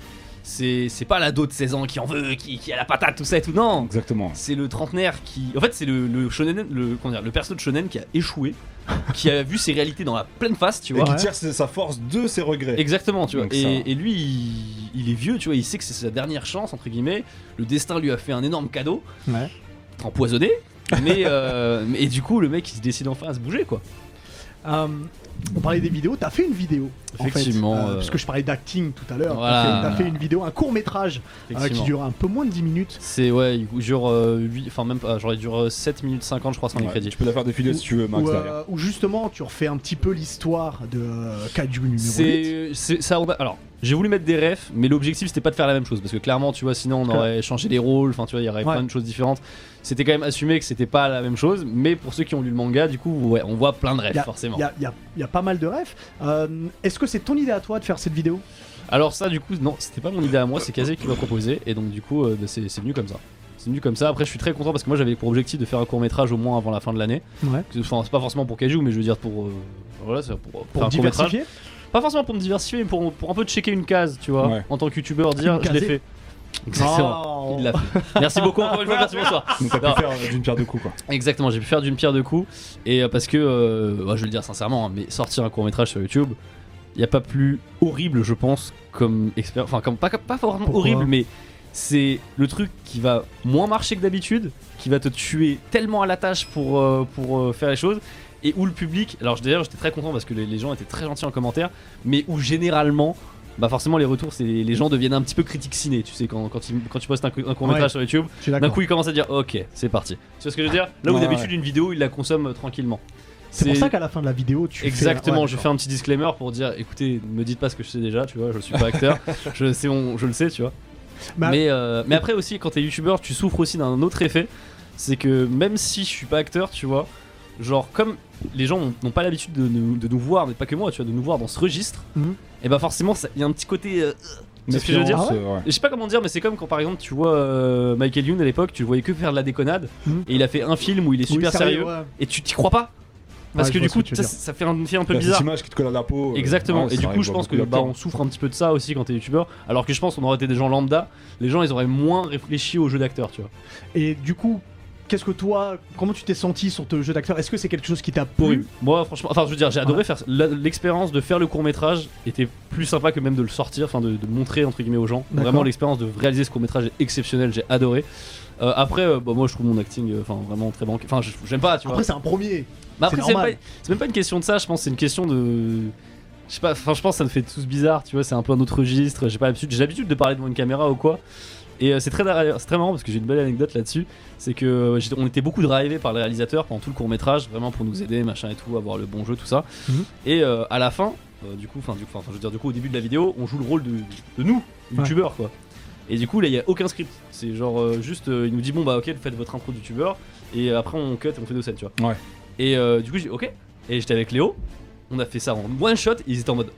C'est, c'est pas l'ado de seize ans qui en veut, qui, qui a la patate, tout ça et tout. Non, Exactement. c'est le trentenaire qui. En fait, c'est le, le shonen, le, comment dire, le perso de shonen qui a échoué, qui a vu ses réalités dans la pleine face, tu Et vois. qui tire ses- sa force de ses regrets. Exactement, tu vois. Donc ça- Et, et lui, il, il est vieux, tu vois. Il sait que c'est sa dernière chance, entre guillemets. Le destin lui a fait un énorme cadeau, Ouais. empoisonné. Mais, euh, mais et du coup, le mec, il se décide enfin à se bouger, quoi. Euh, on parlait des vidéos, t'as fait une vidéo. Effectivement, En fait, euh, euh, parce que je parlais d'acting tout à l'heure. Voilà. T'as fait, t'as fait une vidéo, un court métrage euh, qui Effectivement. dure un peu moins de dix minutes. C'est ouais, il dure euh, huit, enfin même pas, genre il dure euh, sept minutes cinquante je crois sans les Ouais, crédits. tu peux la faire défiler si tu veux, Max. Où, derrière. euh, où justement tu refais un petit peu l'histoire de euh, Kaiju numéro huit. C'est c'est- ça alors, j'ai voulu mettre des refs, mais l'objectif c'était pas de faire la même chose parce que clairement, tu vois, sinon on aurait changé les rôles, enfin tu vois, il y aurait Ouais. plein de choses différentes. C'était quand même assumé que c'était pas la même chose, mais pour ceux qui ont lu le manga, du coup, ouais, on voit plein de refs Il y a- forcément. Il y a, il y a- il y a pas mal de refs. Euh, Est-ce que c'est ton idée à toi de faire cette vidéo? Alors ça du coup, non, c'était pas mon idée à moi, c'est Kazé qui m'a proposé et donc du coup, euh, bah, c'est c'est venu comme ça. C'est venu comme ça. Après, je suis très content parce que moi j'avais pour objectif de faire un court métrage au moins avant la fin de l'année. Ouais. Enfin, c'est pas forcément pour Kaiju, mais je veux dire pour euh, voilà, c'est pour, pour Pour faire un court-métrage. diversifier. Pas forcément pour me diversifier, mais pour, pour un peu checker une case, tu vois, Ouais. en tant que youtubeur, dire Une je l'ai casée. fait. Exactement. Oh. Il l'a fait. Merci beaucoup encore une fois, merci bonsoir. Donc t'as Non. pu faire euh, d'une pierre deux coups, quoi. Exactement, j'ai pu faire d'une pierre deux coups. Et euh, parce que, euh, ouais, je vais le dire sincèrement, hein, mais sortir un court métrage sur YouTube, il n'y a pas plus horrible, je pense, comme expérience. Enfin, comme, pas, pas vraiment Pourquoi horrible, mais c'est le truc qui va moins marcher que d'habitude, qui va te tuer tellement à la tâche pour, euh, pour euh, faire les choses. Et où le public, alors d'ailleurs j'étais très content parce que les, les gens étaient très gentils en commentaire, mais où généralement, bah forcément les retours, c'est les gens deviennent un petit peu critiques ciné, tu sais, quand, quand, ils- quand tu postes un, un court métrage Ouais. sur YouTube, Je suis d'un d'accord. coup ils commencent à dire ok, c'est parti. Tu vois ce que je veux dire? Là où Ouais, d'habitude ouais. une vidéo ils la consomment euh, tranquillement. C'est pour ça qu'à la fin de la vidéo, tu Exactement, fais... ouais, je fais un petit disclaimer pour dire écoutez, ne me dites pas ce que je sais déjà, tu vois, je suis pas acteur, je, sais, on- je le sais, tu vois. Bah- mais, euh, mais après aussi, quand t'es youtubeur, tu souffres aussi d'un autre effet, c'est que même si je suis pas acteur, tu vois, genre comme les gens n'ont pas l'habitude de, nous- de nous voir, mais pas que moi, tu vois, de nous voir dans ce registre, Mhm. et bah forcément, il y a un petit côté. euh, tu sais ce que je veux dire? Ah ouais euh, ouais. Je sais pas comment dire, mais c'est comme quand par exemple tu vois euh, Michael Youn à l'époque, tu le voyais que faire de la déconnade, Mhm. et il a fait un film où il est Oui, super sérieux, ouais. et tu t'y crois pas. Parce Ouais, que je du vois coup, ce que tu veux ça, dire. ça fait un effet un peu T'as bizarre. cette image qui te colle à la peau. euh, Exactement, ouais, et ça du coup, arrive je à pense que beaucoup bah, d'acteurs. on souffre un petit peu de ça aussi quand t'es youtubeur. Alors que je pense qu'on aurait été des gens lambda, les gens ils auraient moins réfléchi au jeu d'acteur, tu vois. Et du coup, qu'est-ce que toi, comment tu t'es senti sur ton jeu d'acteur? Est-ce que c'est quelque chose qui t'a plu? Horrible. Moi, franchement, enfin, je veux dire, j'ai adoré faire la- l'expérience de faire le court métrage était plus sympa que même de le sortir, enfin, de, de le montrer entre guillemets aux gens. D'accord. Vraiment, l'expérience de réaliser ce court métrage est exceptionnelle, j'ai adoré. Euh, après, euh, bah, moi, je trouve mon acting, euh, enfin, vraiment très banqué. Enfin, je- j'aime pas, tu vois. Après, c'est un premier. Bah après, c'est c'est même, normal. pas- c'est même pas une question de ça, je pense, c'est une question de. Je sais pas, enfin, je pense que ça me fait tous bizarre, tu vois, c'est un peu un autre registre. J'ai pas l'habitude, j'ai l'habitude de parler devant une caméra ou quoi. Et euh, c'est très, c'est très marrant parce que j'ai une belle anecdote là-dessus. C'est que euh, j'étais- on était beaucoup drivés par le réalisateur pendant tout le court métrage, vraiment pour nous aider, machin et tout, avoir le bon jeu, tout ça. Mhm. Et euh, à la fin, euh, du coup, enfin, du coup, enfin, je veux dire, du coup, au début de la vidéo, on joue le rôle de, de nous, youtubeurs, quoi. Et du coup, là, il y a aucun script. C'est genre euh, juste, euh, il nous dit bon bah ok, vous faites votre intro de youtubeur, et euh, après on cut et on fait nos scènes, tu vois. Ouais. Et euh, du coup, j'ai dit ok. Et j'étais avec Léo, on a fait ça en one shot, et ils étaient en mode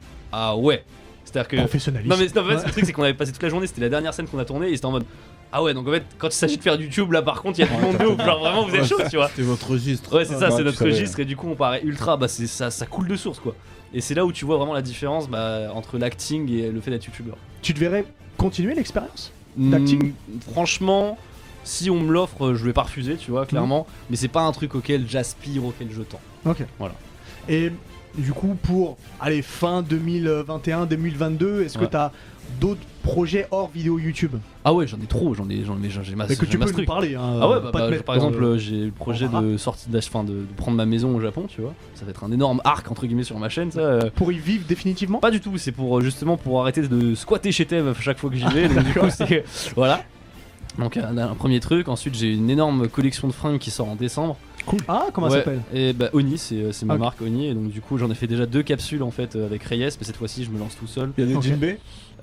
ah ouais. C'est-à-dire que. Professionnaliste. Non, mais non, mais en fait, Ouais. le truc, c'est qu'on avait passé toute la journée, c'était la dernière scène qu'on a tournée, et c'était en mode ah ouais, donc en fait, quand il s'agit de faire du YouTube, là par contre, il y a tout le monde de ouf. Genre vraiment, vous êtes chaud, tu vois. C'était votre registre. Ouais, c'est ça, bah, c'est tu notre savais. registre, et du coup, on paraît ultra, bah c'est ça, ça coule de source, quoi. Et c'est là où tu vois vraiment la différence bah, entre l'acting et le fait d'être youtubeur. Tu devrais continuer l'expérience d'acting. Mm, franchement, si on me l'offre, je vais pas refuser, tu vois, clairement. Mais c'est pas un truc auquel j'aspire, auquel je tends. Ok. Voilà. Et du coup, pour allez, fin deux mille vingt et un, deux mille vingt-deux, est-ce que Ouais. t'as d'autres projets hors vidéo YouTube? Ah ouais, j'en ai trop, j'en ai, j'en ai, j'ai ma, Mais que j'ai tu ma peux nous truc. parler. Hein, Ah ouais, pas bah, te bah, mettre par dans exemple, le- euh, j'ai le projet embarras. de sortie d'ach- enfin, de, de prendre ma maison au Japon, tu vois. Ça va être un énorme arc entre guillemets sur ma chaîne, ça. euh. Pour y vivre définitivement? Pas du tout, c'est pour euh, justement pour arrêter de squatter chez Tev à chaque fois que j'y vais. Donc du coup, c'est voilà. Donc un, un premier truc. Ensuite, j'ai une énorme collection de fringues qui sort en décembre. Ah, comment ça Ouais, s'appelle? Et bah Oni, c'est euh, c'est ma Ok. marque Oni, et donc du coup j'en ai fait déjà deux capsules en fait euh, avec Reyes, mais cette fois-ci je me lance tout seul. Il y a des Ok. Jinbei.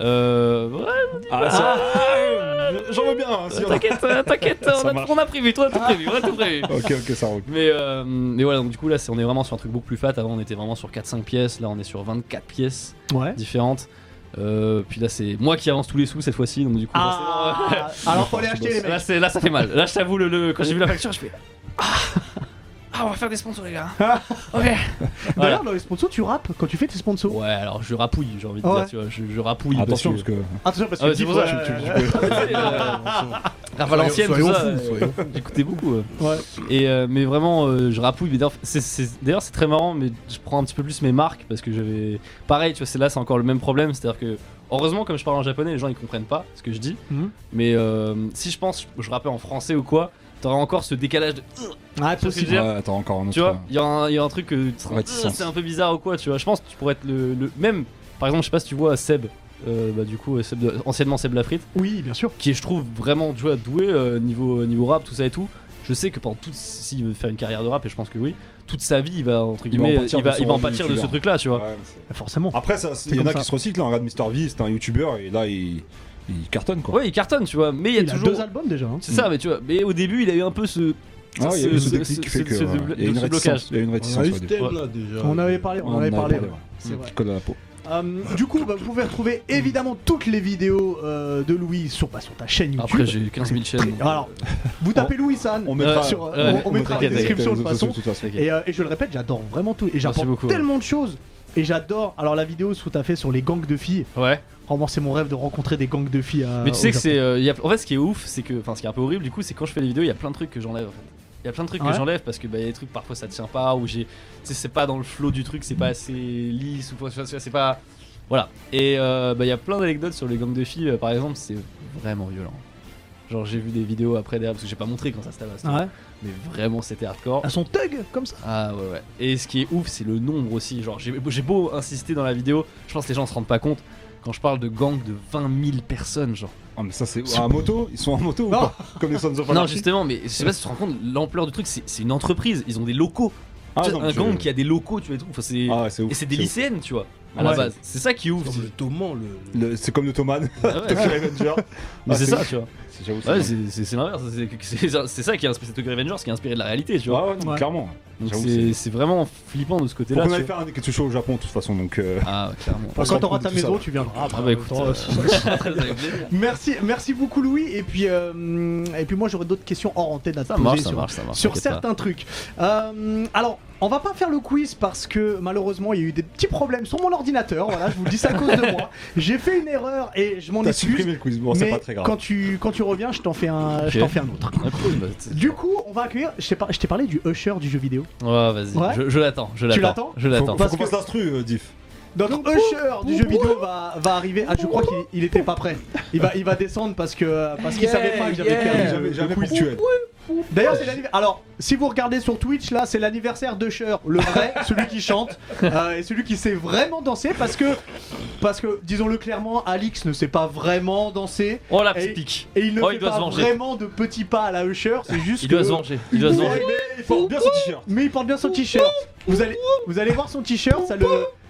Euh. Ouais, Ah, ça. Ah, j'en veux bien. hein, si euh, on a- t'inquiète, euh, t'inquiète, Ça on, a- marche. on a prévu, toi, tout prévu, on a tout prévu. Ok, ok, ça roule. Mais, euh, mais voilà, donc du coup là c'est- on est vraiment sur un truc beaucoup plus fat. Avant on était vraiment sur quatre cinq pièces, là on est sur vingt-quatre pièces Ouais. différentes. Euh, puis là c'est moi qui avance tous les sous cette fois-ci, donc du coup Ah, alors faut aller acheter les forcément, là, mecs. c'est- là ça fait mal. Là je t'avoue, le, le- quand j'ai vu la facture je fais ah, ah Ah, on va faire des sponsors, les gars. Ok. D'ailleurs, Voilà. dans les sponsors, tu rappes quand tu fais tes sponsors. Ouais, alors je rapouille, j'ai envie de Ouais. dire, tu vois, je, je rapouille. Attention, parce que. Attention, parce Ah ouais, que c'est dis pour ça, ouais, tu- ouais, tu- ouais. tu peux- La Valenciennes, tout Soyons ça, fous, euh, soyons j'écoutais beaucoup. euh. Ouais. Et euh, mais vraiment, euh, je rapouille. Mais d'ailleurs, c'est, c'est- d'ailleurs, c'est très marrant, mais je prends un petit peu plus mes marques parce que j'avais. Pareil, tu vois, c'est là, c'est encore le même problème, c'est-à-dire que. Heureusement, comme je parle en japonais, les gens ils comprennent pas ce que je dis. Mhm. Mais euh, si je pense, je rappais en français ou quoi, t'aurais encore ce décalage de. Ah, Tu vois ce que je veux possible. dire Ouais, attends, encore un autre. Tu vois, il y, a un- il y a un truc que. Réticence. C'est un peu bizarre ou quoi, tu vois. Je pense que tu pourrais être le. le- même, par exemple, je sais pas si tu vois Seb. Euh, bah du coup Seb de- anciennement Seb Lafrite, Oui, bien sûr. qui est je trouve vraiment tu vois, doué euh, niveau, niveau rap, tout ça et tout. Je sais que pendant toute, s'il veut faire une carrière de rap, et je pense que oui, toute sa vie il va entre Il va en guillemets, pâtir il va, de il va en son pâtir de ce youtubeur. truc là, tu vois. Ouais, mais c'est- Forcément. Après, ça, C'est il y en comme a ça. qui se recyclent. Hein. Regarde mister V, c'était un youtubeur et là il, il cartonne quoi. Ouais, il cartonne, tu vois, mais il y a Il a toujours. deux albums déjà. hein. C'est ça, mais tu vois, mais au début il a eu un peu ce. Ah, il y a eu ce ce- déclic qui ce- fait que ce- euh, ce- il y a une ce réticence. blocage. Il y a une On réticence. a eu ouais, ce des- thème Ouais. là déjà. On avait parlé, on, en avait parlé. ouais. ouais. C'est vrai. Qui colle à la peau. Euh, du coup, bah, vous pouvez retrouver évidemment toutes les vidéos euh, de Louis sur, bah, sur ta chaîne YouTube. Après j'ai eu quinze mille chaînes. Alors, vous tapez Louis San. On mettra, sur, ouais, on, on ouais, mettra la t'inquiète, description de toute réseaux façon. sociaux, de toute façon. Et, euh, et je le répète, j'adore vraiment tout. Et j'apprends beaucoup, tellement de choses. Et j'adore. Alors, la vidéo que tu as fait sur les gangs de filles. Ouais. Vraiment, c'est mon rêve de rencontrer des gangs de filles. à- Mais tu au sais que Japon. c'est. euh, y a- En fait, ce qui est ouf, c'est que. Enfin, ce qui est un peu horrible, du coup, c'est quand je fais les vidéos, il y a plein de trucs que j'enlève en fait. Il y a plein de trucs Ouais. que j'enlève parce que bah, y a des trucs parfois ça tient pas ou j'ai. Tu sais, c'est pas dans le flow du truc, c'est pas assez lisse ou quoi, tu vois, c'est pas. Voilà. Et euh, bah, il y a plein d'anecdotes sur les gangs de filles, euh, par exemple, c'est vraiment violent. Genre, j'ai vu des vidéos après derrière parce que j'ai pas montré quand ça se tabasse. Ouais. Mais vraiment, c'était hardcore. Elles sont thug comme ça. Ah ouais, ouais. Et ce qui est ouf, c'est le nombre aussi. Genre, j'ai j'ai beau insister dans la vidéo, je pense que les gens se rendent pas compte. Quand je parle de gang de vingt mille personnes, genre. Ah, mais ça c'est. En moto Ils sont en moto ou Non. pas Comme les Sons of Non, Anarchy. justement, mais je sais pas si tu te rends compte l'ampleur du truc, c'est c'est une entreprise, ils ont des locaux. Ah, Tu sais, non, un je- gang qui a des locaux, tu vois, et tout. Enfin, c'est... Ah, ouais, c'est ouf. et c'est des c'est ouf. lycéennes, tu vois, à Ouais. la base. C'est ça qui est ouf. Comme le Toman, le. Le- C'est comme le Toman. Ah ouais. Tokyo Revenger. Mais Ah, c'est c'est ça, ouf. tu vois. C'est- J'avoue, Ouais, c'est c'est c'est- c'est l'inverse. C'est- C'est c'est ça qui a inspiré c'est Tokyo Revengers, qui a inspiré de la réalité, tu vois. Ah ouais, non, Ouais. clairement. Donc J'avoue, c'est c'est vraiment flippant de ce Faut côté-là. qu'on tu aille vois. faire un Neketsu Show au Japon de toute façon donc. euh, Ah, clairement. Quand s'en t'auras fout ta de tout maison, ça. tu viendras. Ah bah écoute, euh, avec plaisir. Merci, merci beaucoup Louis. Et puis, euh, et puis moi j'aurai d'autres questions hors antenne à te Ça poser marche, ça sur, marche, ça marche. sur t'inquiète pas. certains trucs. Euh, alors, on va pas faire le quiz parce que malheureusement il y a eu des petits problèmes sur mon ordinateur. Voilà, je vous le dis, c'est à cause de moi. J'ai fait une erreur et je m'en T'as excuse. supprimé le quiz, bon c'est mais pas très grave. quand tu quand tu reviens, je t'en fais un, je Ok. t'en fais un autre. Ah, cool, bah, c'est- Du coup, on va accueillir. Je t'ai par- je t'ai parlé du Usher du jeu vidéo. Ouais, vas-y, Ouais. je, je l'attends, je l'attends. l'attends Je Faut, l'attends. faut Parce qu'on que- passe l'instru, euh, Diff. Notre Usher du jeu vidéo va, va arriver. Ah, je crois qu'il il était pas prêt. Il va, il va descendre parce que parce qu'il Yeah, savait pas que j'avais yeah. perdu. Jamais, le jamais quiz. ponctuel. D'ailleurs, c'est l'anniversaire. Alors, si vous regardez sur Twitch, là, c'est l'anniversaire d'Usher, le vrai, celui qui chante euh, et celui qui sait vraiment danser parce que, parce que, disons-le clairement, Alix ne sait pas vraiment danser Oh la Et- petite pique. et il ne Oh, fait il doit pas se venger. vraiment de petits pas à la Usher. C'est juste Il que. doit se venger. Il doit se Ouais, venger. mais Il porte bien son t-shirt. Mais il porte bien son t-shirt. Vous allez, vous allez voir son t-shirt, ça le.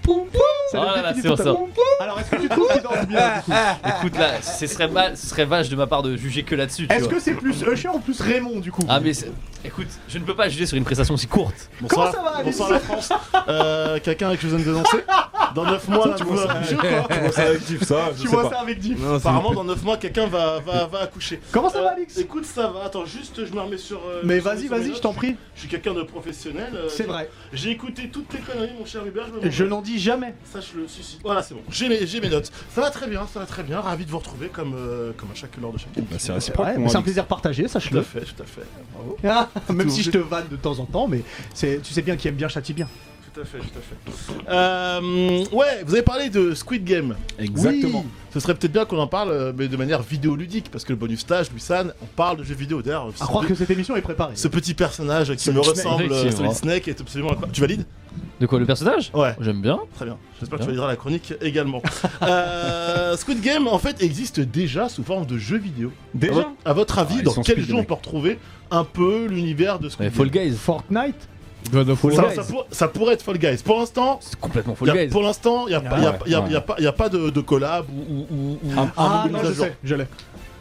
Ça Oh là là, définit c'est bon, totalement. Alors, est-ce que tu trouves qu'il danse bien du coup Écoute là, ce serait, mal, ce serait vache de ma part de juger que là-dessus. tu Est-ce vois. que c'est plus Usher ou plus Raymond du coup Ah mais c'est- écoute, je ne peux pas juger sur une prestation aussi courte. Comment Bonsoir, ça va, Alice bonsoir la France. Euh, Quelqu'un avec qui vous aime de danser Dans neuf mois, là, Tu vous vois va ça accoucher ou quoi Tu vois ça avec Diff, ça je Tu sais vois pas. ça avec Diff. Non, c'est- Apparemment, dans neuf mois, quelqu'un va, va, va accoucher. Comment ça va, Euh, Alix Écoute, ça va. Attends, juste, je me remets sur. euh, Mais sur- vas-y, sur mes vas-y, notes. je t'en prie. Je suis quelqu'un de professionnel. euh, C'est j'ai- vrai. J'ai écouté toutes tes conneries, mon cher Hubert. Je, me Je n'en dis jamais. Sache-le, si, si. Voilà, c'est bon. J'ai mes, j'ai mes notes. Ça va très bien, ça va très bien. Ravi de vous retrouver comme, euh, comme à chaque lors de chaque Bah, c'est Ouais, réciproque. mais mon c'est un Alix. plaisir partagé, Tout à sache-le. fait, tout à fait. Bravo. Ah, même Tout- si je te vanne de temps en temps, mais c'est, tu sais bien qui aime bien châtie bien. Tout à fait, tout à fait. Euh, ouais, vous avez parlé de Squid Game. Exactement. Oui. Ce serait peut-être bien qu'on en parle, euh, mais de manière vidéoludique, parce que le bonus stage, Louis San, on parle de jeux vidéo. D'ailleurs, À croire que cette émission est préparée. ce petit personnage qui Solid me Snake, ressemble, euh, effectivement. Solid Snake, est absolument incroyable. Tu valides? De quoi, le personnage? Ouais. J'aime bien. Très bien. J'espère que tu valideras la chronique également. euh, Squid Game, en fait, existe déjà sous forme de jeu vidéo. À Déjà votre, à votre avis, Ah, ils dans sont quel speed, jeu les on mecs. peut retrouver un peu l'univers de Squid Ouais, Game? Fall Guys. Fortnite. God of War. ça, ça pour- ça pourrait être Fall Guys. Pour l'instant, C'est complètement y Fall a- Guys. pour l'instant, il n'y a, pas- y a, Ouais, y a- ouais. y a pas, y a pas de, de collab ou, ou, ou- ou Un- un Ah nouveau non, mise à je jour. sais, je l'ai.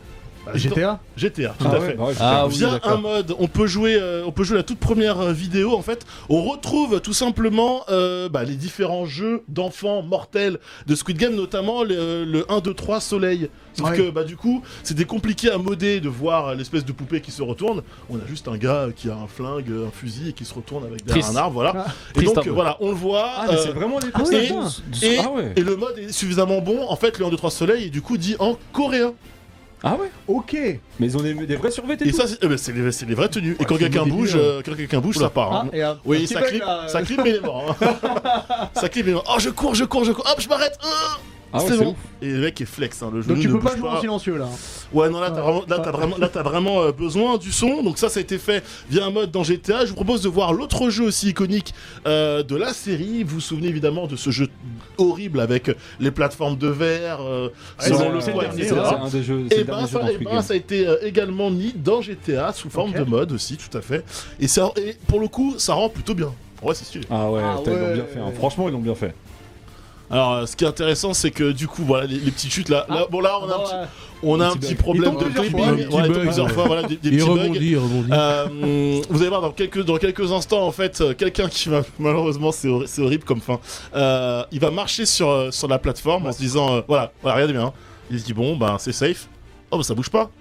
G T A G T A, tout Ah à ouais, fait. bah ouais, Ah oui, Via d'accord. un mode, on peut jouer, euh, on peut jouer la toute première euh, vidéo. En fait, on retrouve tout simplement euh, bah, les différents jeux d'enfants mortels de Squid Game, notamment le, le un, deux, trois Soleil. Sauf Ouais. que bah du coup, c'était compliqué à modder de voir l'espèce de poupée qui se retourne. On a juste un gars qui a un flingue, un fusil et qui se retourne avec derrière Triste. un arbre, voilà. Ah. Et Triste donc un peu. voilà, on le voit. Ah, mais euh, c'est vraiment des Ah oui, et, personnages de- et, Ah ouais. et le mode est suffisamment bon. En fait, le un, deux, trois Soleil est du coup dit en coréen. Ah ouais. Ok. Mais ils ont des, des vrais survêtements. Et ça, c'est euh, bah, c'est les, c'est les vraies tenues. Et quand c'est quelqu'un des bouge, vidéos. euh, quand quelqu'un bouge, ça part. Ah, hein. et un- un Oui, petit ça bug, clip, là. ça clip, mais il est mort. hein. Ça clip, mais il est mort. Oh, je cours, je cours, je cours. Hop, je m'arrête. Ah, Ah ouais, c'est c'est bon. ouf. Et le mec est flex. Hein. Le genou Donc tu ne peux pas bouge jouer en silencieux là. Ouais, non, là, t'as Ouais. vraiment, là, t'as vraiment, là, t'as vraiment euh, besoin du son. Donc ça, ça a été fait via un mode dans G T A. Je vous propose de voir l'autre jeu aussi iconique euh, de la série. Vous vous souvenez évidemment de ce jeu horrible avec les plateformes de verre, euh, Ouais, selon c'est- le c'est poids, le et dernier, C'est cetera. c'est un des jeux. c'est Et le ben, dernier jeu ça, dans et Squid ben, Game. ça a été euh, également mis dans G T A sous forme Ok. de mode aussi, tout à fait. Et, ça, et pour le coup, ça rend plutôt bien. Ouais, c'est stylé. Ah ouais, Ah putain, ils l'ont ouais. bien fait. hein. Franchement, ils l'ont bien fait. Alors, euh, ce qui est intéressant, c'est que du coup, voilà, les, les petites chutes là. là- bon, là, on a un petit, on a un petit petit bug. problème Il tombe de plusieurs clipping. fois. Ouais, Un petit il tombe bug, plusieurs ouais. fois, voilà, des, des Il petits bugs. rebondit, il rebondit. Euh, vous allez voir dans quelques, dans quelques instants, en fait, euh, quelqu'un qui va, malheureusement, c'est horri- c'est horrible comme fin. Euh, il va marcher sur, euh, sur la plateforme en se disant, euh, voilà, voilà, regardez bien. hein. Il se dit, bon, ben, c'est safe. Oh, bah, ça bouge pas.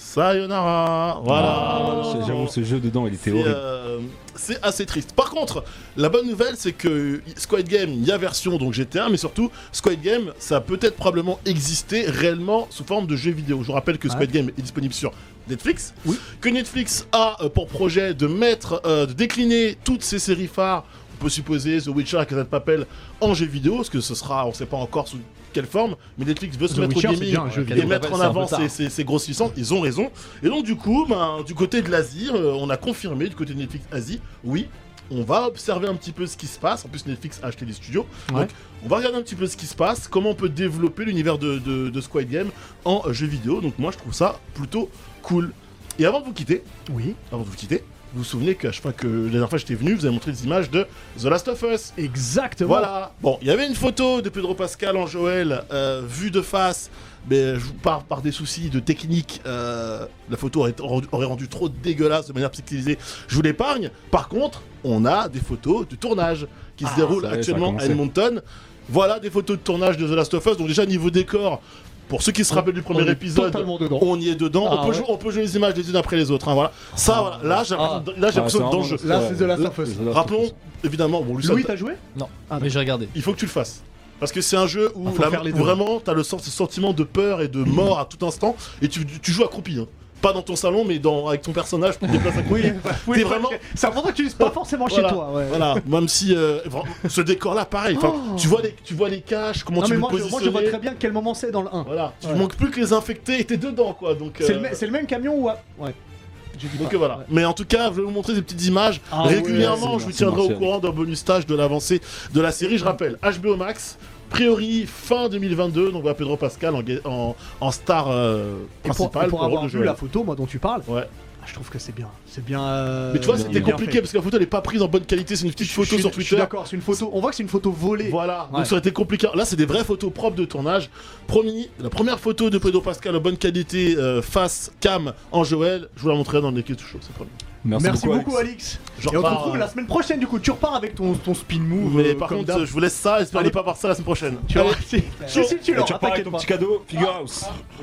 Sayonara. Voilà. Ah, J'avoue, ce jeu dedans, il était C'est, horrible. euh, c'est assez triste. Par contre, la bonne nouvelle, c'est que Squid Game, il y a version donc G T A, mais surtout, Squid Game, ça a peut-être probablement existé réellement sous forme de jeu vidéo. Je vous rappelle que Squid Game est disponible sur Netflix, Oui. que Netflix a euh, pour projet de mettre, euh, de décliner toutes ses séries phares. On peut supposer The Witcher et Casa de Papel en jeu vidéo, parce que ce sera, on sait pas encore sous quelle forme, mais Netflix veut se The mettre Witcher, au c'est gaming bien un jeu et vidéo. mettre en C'est un peu avant tard. ses, ses- ses grosses licences. Ils ont raison. Et donc du coup, ben, du côté de l'Asie, euh, on a confirmé du côté de Netflix Asie, oui, on va observer un petit peu ce qui se passe. En plus, Netflix a acheté des studios. Ouais. Donc, on va regarder un petit peu ce qui se passe, comment on peut développer l'univers de, de, de Squid Game en euh, jeu vidéo. Donc moi, je trouve ça plutôt cool. Et avant de vous quitter, Oui. avant de vous quitter, vous vous souvenez que à chaque fois que la dernière fois j'étais venu, vous avez montré des images de The Last of Us. Exactement. Voilà. Bon, il y avait une photo de Pedro Pascal en Joël, euh, vue de face, mais je vous parle par des soucis de technique. euh, la photo aurait, rendu, aurait rendu trop dégueulasse de manière pixelisée. Je vous l'épargne. Par contre, on a des photos de tournage qui se Ah, déroulent ça y est, actuellement ça a à commencé. Edmonton. Voilà des photos de tournage de The Last of Us. Donc déjà niveau décor. Pour ceux qui se rappellent du premier On est épisode, totalement dedans. on y est dedans. Ah, on, peut ouais. jouer, on peut jouer les images les unes après les autres. hein, voilà. Ça, voilà. Là, j'ai l'impression, là, j'ai Ah, l'impression c'est que dans le jeu. vraiment- Là, c'est The Last of Us. The Last of Rappelons, Us. évidemment, bon, lui, ça- Louis, t'as joué Non, Ah, mais j'ai regardé. il faut que tu le fasses. Parce que c'est un jeu où, Ah, faut la- faire les où deux. vraiment t'as le sens- ce sentiment de peur et de mort à tout instant. Et tu, tu joues accroupi. Hein. Pas dans ton salon, mais dans, avec ton personnage, tu te déplaces accroupi. Oui, oui, T'es parce vraiment- que c'est important que tu l'utilises pas forcément Voilà. chez toi. Ouais. Voilà, même si euh, vraiment, ce décor-là, pareil. Enfin, Oh. tu vois les, tu vois les caches, comment Non, tu mais peux moi, je, positionner. moi, je vois très bien quel moment c'est dans le un. Voilà, tu Ouais. manques plus que les infecter et t'es dedans, quoi. Donc, C'est euh, le, me- c'est le même camion ou. à- Ouais. J'ai dit Donc pas. euh, voilà. Ouais. Mais en tout cas, je vais vous montrer des petites images Ah régulièrement. ouais, je vous c'est tiendrai au Martial. courant d'un bonus stage de l'avancée de la série. Je rappelle, H B O Max, priori fin deux mille vingt-deux. Donc voilà Pedro Pascal en, ga- en, en star euh, Et pour, principale. et pour le rôle avoir de vu Joël. la photo, moi, dont tu parles, Ouais. ah, je trouve que c'est bien. C'est bien. euh, Mais tu vois, bien c'était compliqué fait. parce que la photo elle est pas prise en bonne qualité. C'est une petite Je- photo je suis- sur Je suis Twitter. d'accord, c'est une photo. On voit que c'est une photo volée. Voilà, Ouais. donc ça aurait été compliqué. Là, c'est des vraies photos propres de tournage. Promis, la première photo de Pedro Pascal en bonne qualité, euh, face cam en Joël, je vous la montrerai dans les Naked Show, c'est promis. Merci, Merci beaucoup, beaucoup, Alex. Alix. Je Et on te repars, retrouve euh, la semaine prochaine, du coup. Tu repars avec ton, ton spin move. Mais euh, par comme contre, d'hab. je vous laisse ça, espérez Allez. ne pas voir ça la semaine prochaine. Tu Allez. vois, si, si, si, tu Et l'auras, tu repars avec t'inquiète ton pas. petit cadeau, Figure House.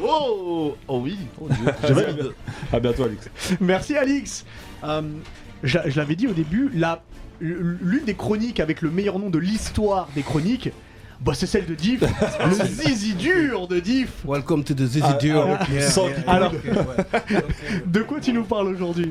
Oh, oh oui, oh Dieu, je valide. À bientôt, Alex. Merci, Alix. Euh, je je l'avais dit au début, la- l'une des chroniques avec le meilleur nom de l'histoire des chroniques, bah, c'est celle de Diff. Le zizi dur de Diff. Welcome to the Zizi Ah, Dur. ah, Yeah, sans- yeah, alors- ok, ouais. De quoi tu nous parles aujourd'hui?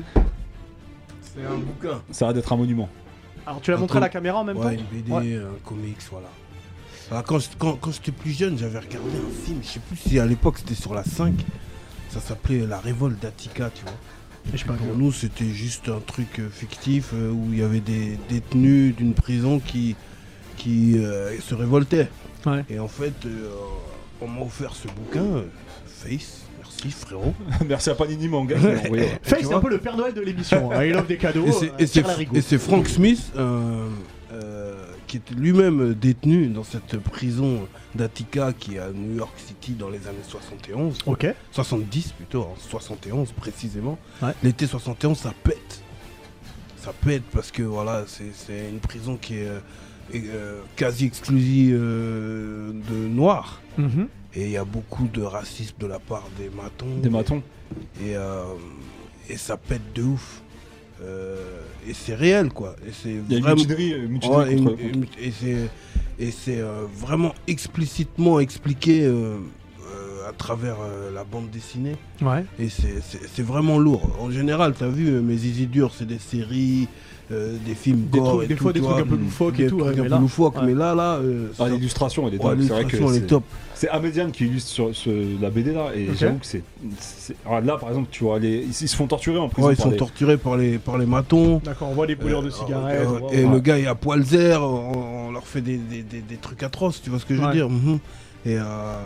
C'est un bouquin. Ça va d'être un monument. Alors, tu l'as Un montré à la com- caméra en même Ouais, temps? une B D, Ouais. un comics, voilà. Alors, quand je- quand- quand j'étais plus jeune, j'avais regardé un film, je sais plus si à l'époque c'était sur la cinq, ça s'appelait La Révolte d'Attica, tu vois. Je sais pas. Pour nous, c'était juste un truc euh, fictif euh, où il y avait des détenus d'une prison qui, qui euh, se révoltaient. Ouais. Et en fait, euh, on m'a offert ce bouquin, euh, Face, merci frérot. Merci à Panini Manga qui m'a envoyé. ouais. Faye, Tu c'est vois un peu le Père Noël de l'émission. hein. Il offre des cadeaux. Et c'est- euh, et c'est tire la Fr- rigo. et c'est Frank Smith, euh, euh, qui qui était lui-même détenu dans cette prison d'Attica qui est à New York City dans les années soixante et onze. Ok. soixante-dix plutôt, en soixante et onze précisément. Ouais. L'été soixante et onze, ça pète. Ça pète parce que voilà, c'est, c'est une prison qui est, euh, est, euh, quasi exclusive euh, de noirs. Mhm. Et il y a beaucoup de racisme de la part des matons. Des matons. Et, euh, et ça pète de ouf. Euh, et c'est réel quoi. Et c'est Il y a une vraiment- mutinerie, une mutinerie Ouais, contre- et, et- et c'est et c'est euh, vraiment explicitement expliqué euh, euh, à travers euh, la bande dessinée. Ouais. Et c'est, c'est, c'est vraiment lourd. En général, t'as vu, euh, mes Easy Durs, c'est des séries, euh, des films Des gore trucs- et des tout, fois, des tu trucs vois, un peu loufoques et des tout, trucs ouais, un mais peu là- loufoques, ouais. mais là, là, euh, Ah, ça- l'illustration, elle est Ouais, top. C'est vrai que l'illustration, elle est c'est- top. C'est Ahmedian qui illustre sur, ce- la B D là, et Ok. j'avoue que c'est. c'est- alors là, par exemple, tu vois, les... ils, ils se font torturer en prison. Ouais, ils par sont les- torturés par les, par les matons. D'accord, on voit les brûleurs de cigarettes. Euh, on voit- et ouais. le gars est à poil zère, on, on leur fait des, des, des, des trucs atroces, tu vois ce que je veux Ouais. dire. Mhm. Et, euh,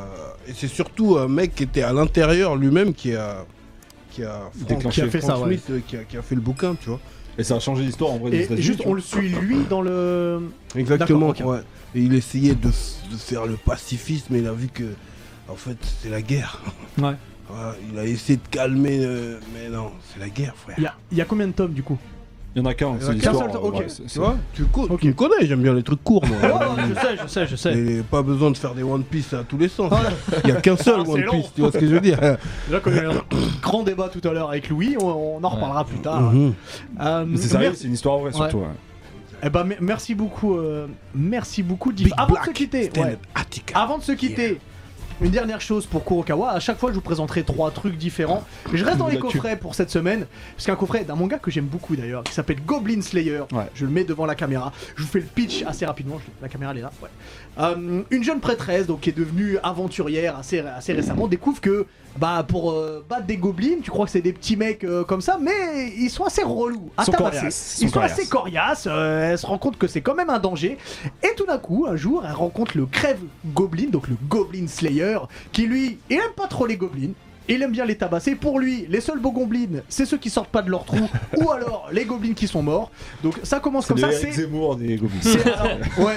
et c'est surtout un mec qui était à l'intérieur lui-même qui a, qui a, Frank- Qui a fait Frank ça, ouais. Smith, euh, qui, a, qui a fait le bouquin, tu vois. Et ça a changé l'histoire en vrai des Et États-Unis. juste, tu on vois. le suit lui dans le. Exactement, D'accord, ok. ouais. Et il essayait de, de faire le pacifisme, mais il a vu que, en fait, c'est la guerre. Ouais. Voilà, il a essayé de calmer, euh, mais non, c'est la guerre, frère. Il y a, il y a combien de tomes du coup Il y en a qu'un, Il y en c'est a qu'un l'histoire. seul, euh, ok. ouais, c'est- Tu c'est- vois, tu, co- tu me connais, j'aime bien les trucs courts, moi. Ouais, je sais, je sais, je sais. Et pas besoin de faire des One Piece à tous les sens. Il y a qu'un seul Ah, c'est One long. Piece, tu vois ce que je veux dire. Là, comme il y a eu un grand débat tout à l'heure avec Louis, on, on en reparlera plus tard. Mhm. Euh, Mais c'est sérieux, merci- c'est une histoire vraie surtout. Ouais. ouais. Eh ben, me- merci beaucoup, euh, merci beaucoup, Div. Big Avant Black, de se quitter, Stand ouais. Attica. Avant de se quitter, une dernière chose pour Kurokawa. À chaque fois, je vous présenterai trois trucs différents. Mais je reste dans les L'actu. coffrets pour cette semaine, parce qu'un coffret d'un manga que j'aime beaucoup d'ailleurs, qui s'appelle Goblin Slayer. Ouais. Je le mets devant la caméra. Je vous fais le pitch assez rapidement. Je- La caméra elle est là. Ouais. Euh, une jeune prêtresse, donc qui est devenue aventurière assez, assez récemment, découvre que bah pour euh, battre des gobelins, tu crois que c'est des petits mecs euh, comme ça, mais ils sont assez relous, à Sont tabasser. coriaces, Ils sont sont coriaces. assez coriaces. euh, elle se rend compte que c'est quand même un danger. Et tout d'un coup, un jour, elle rencontre le crève goblin, donc le Goblin Slayer, qui lui, il aime pas trop les gobelins. Il aime bien les tabasser. Pour lui, les seuls beaux gobelins, c'est ceux qui sortent pas de leur trou, ou alors les gobelins qui sont morts. Donc ça commence C'est comme le ça. Eric C'est Zemmour des Goblins. c'est- alors, ouais,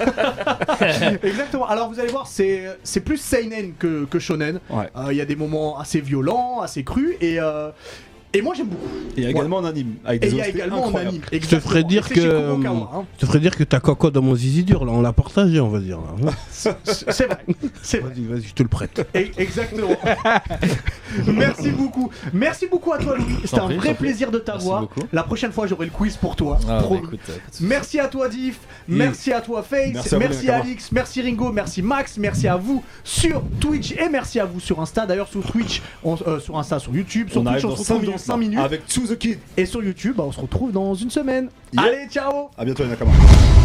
exact. Exactement. Alors vous allez voir, c'est c'est plus seinen que, que shonen. Il Ouais. y a des moments assez violents, assez crus, et euh, et moi j'aime beaucoup. Et il y a également un anime avec Et des il y a O S T également un incroyables. anime. Je te ferais dire que, euh, je te ferais dire que ta coco dans mon zizi dur, là, on l'a partagé, on va dire. Là. C'est vrai, c'est vrai. Vas-y, vas-y, je te le prête. Et- Exactement. Merci beaucoup. Merci beaucoup à toi, Louis. C'était T'en un prie, vrai t'en prie. plaisir de Merci t'avoir. beaucoup. La prochaine fois, j'aurai le quiz pour toi. Ah, bah, Promis. écoute, euh, pas de soucis. Merci à toi, Diff. Merci à toi, Face. Merci à vous, Merci les à Nakama. Alix. Merci Ringo. Merci Max. Merci à vous sur Twitch et merci à vous sur Insta. D'ailleurs, sur Twitch, on- euh, sur Insta, sur YouTube, sur On Twitch, arrive on dans se cinq retrouve dans minutes, cinq là, minutes. avec To The Kid. Et sur YouTube, bah, on se retrouve dans une semaine. Yeah. Allez, ciao. À bientôt les Nakama.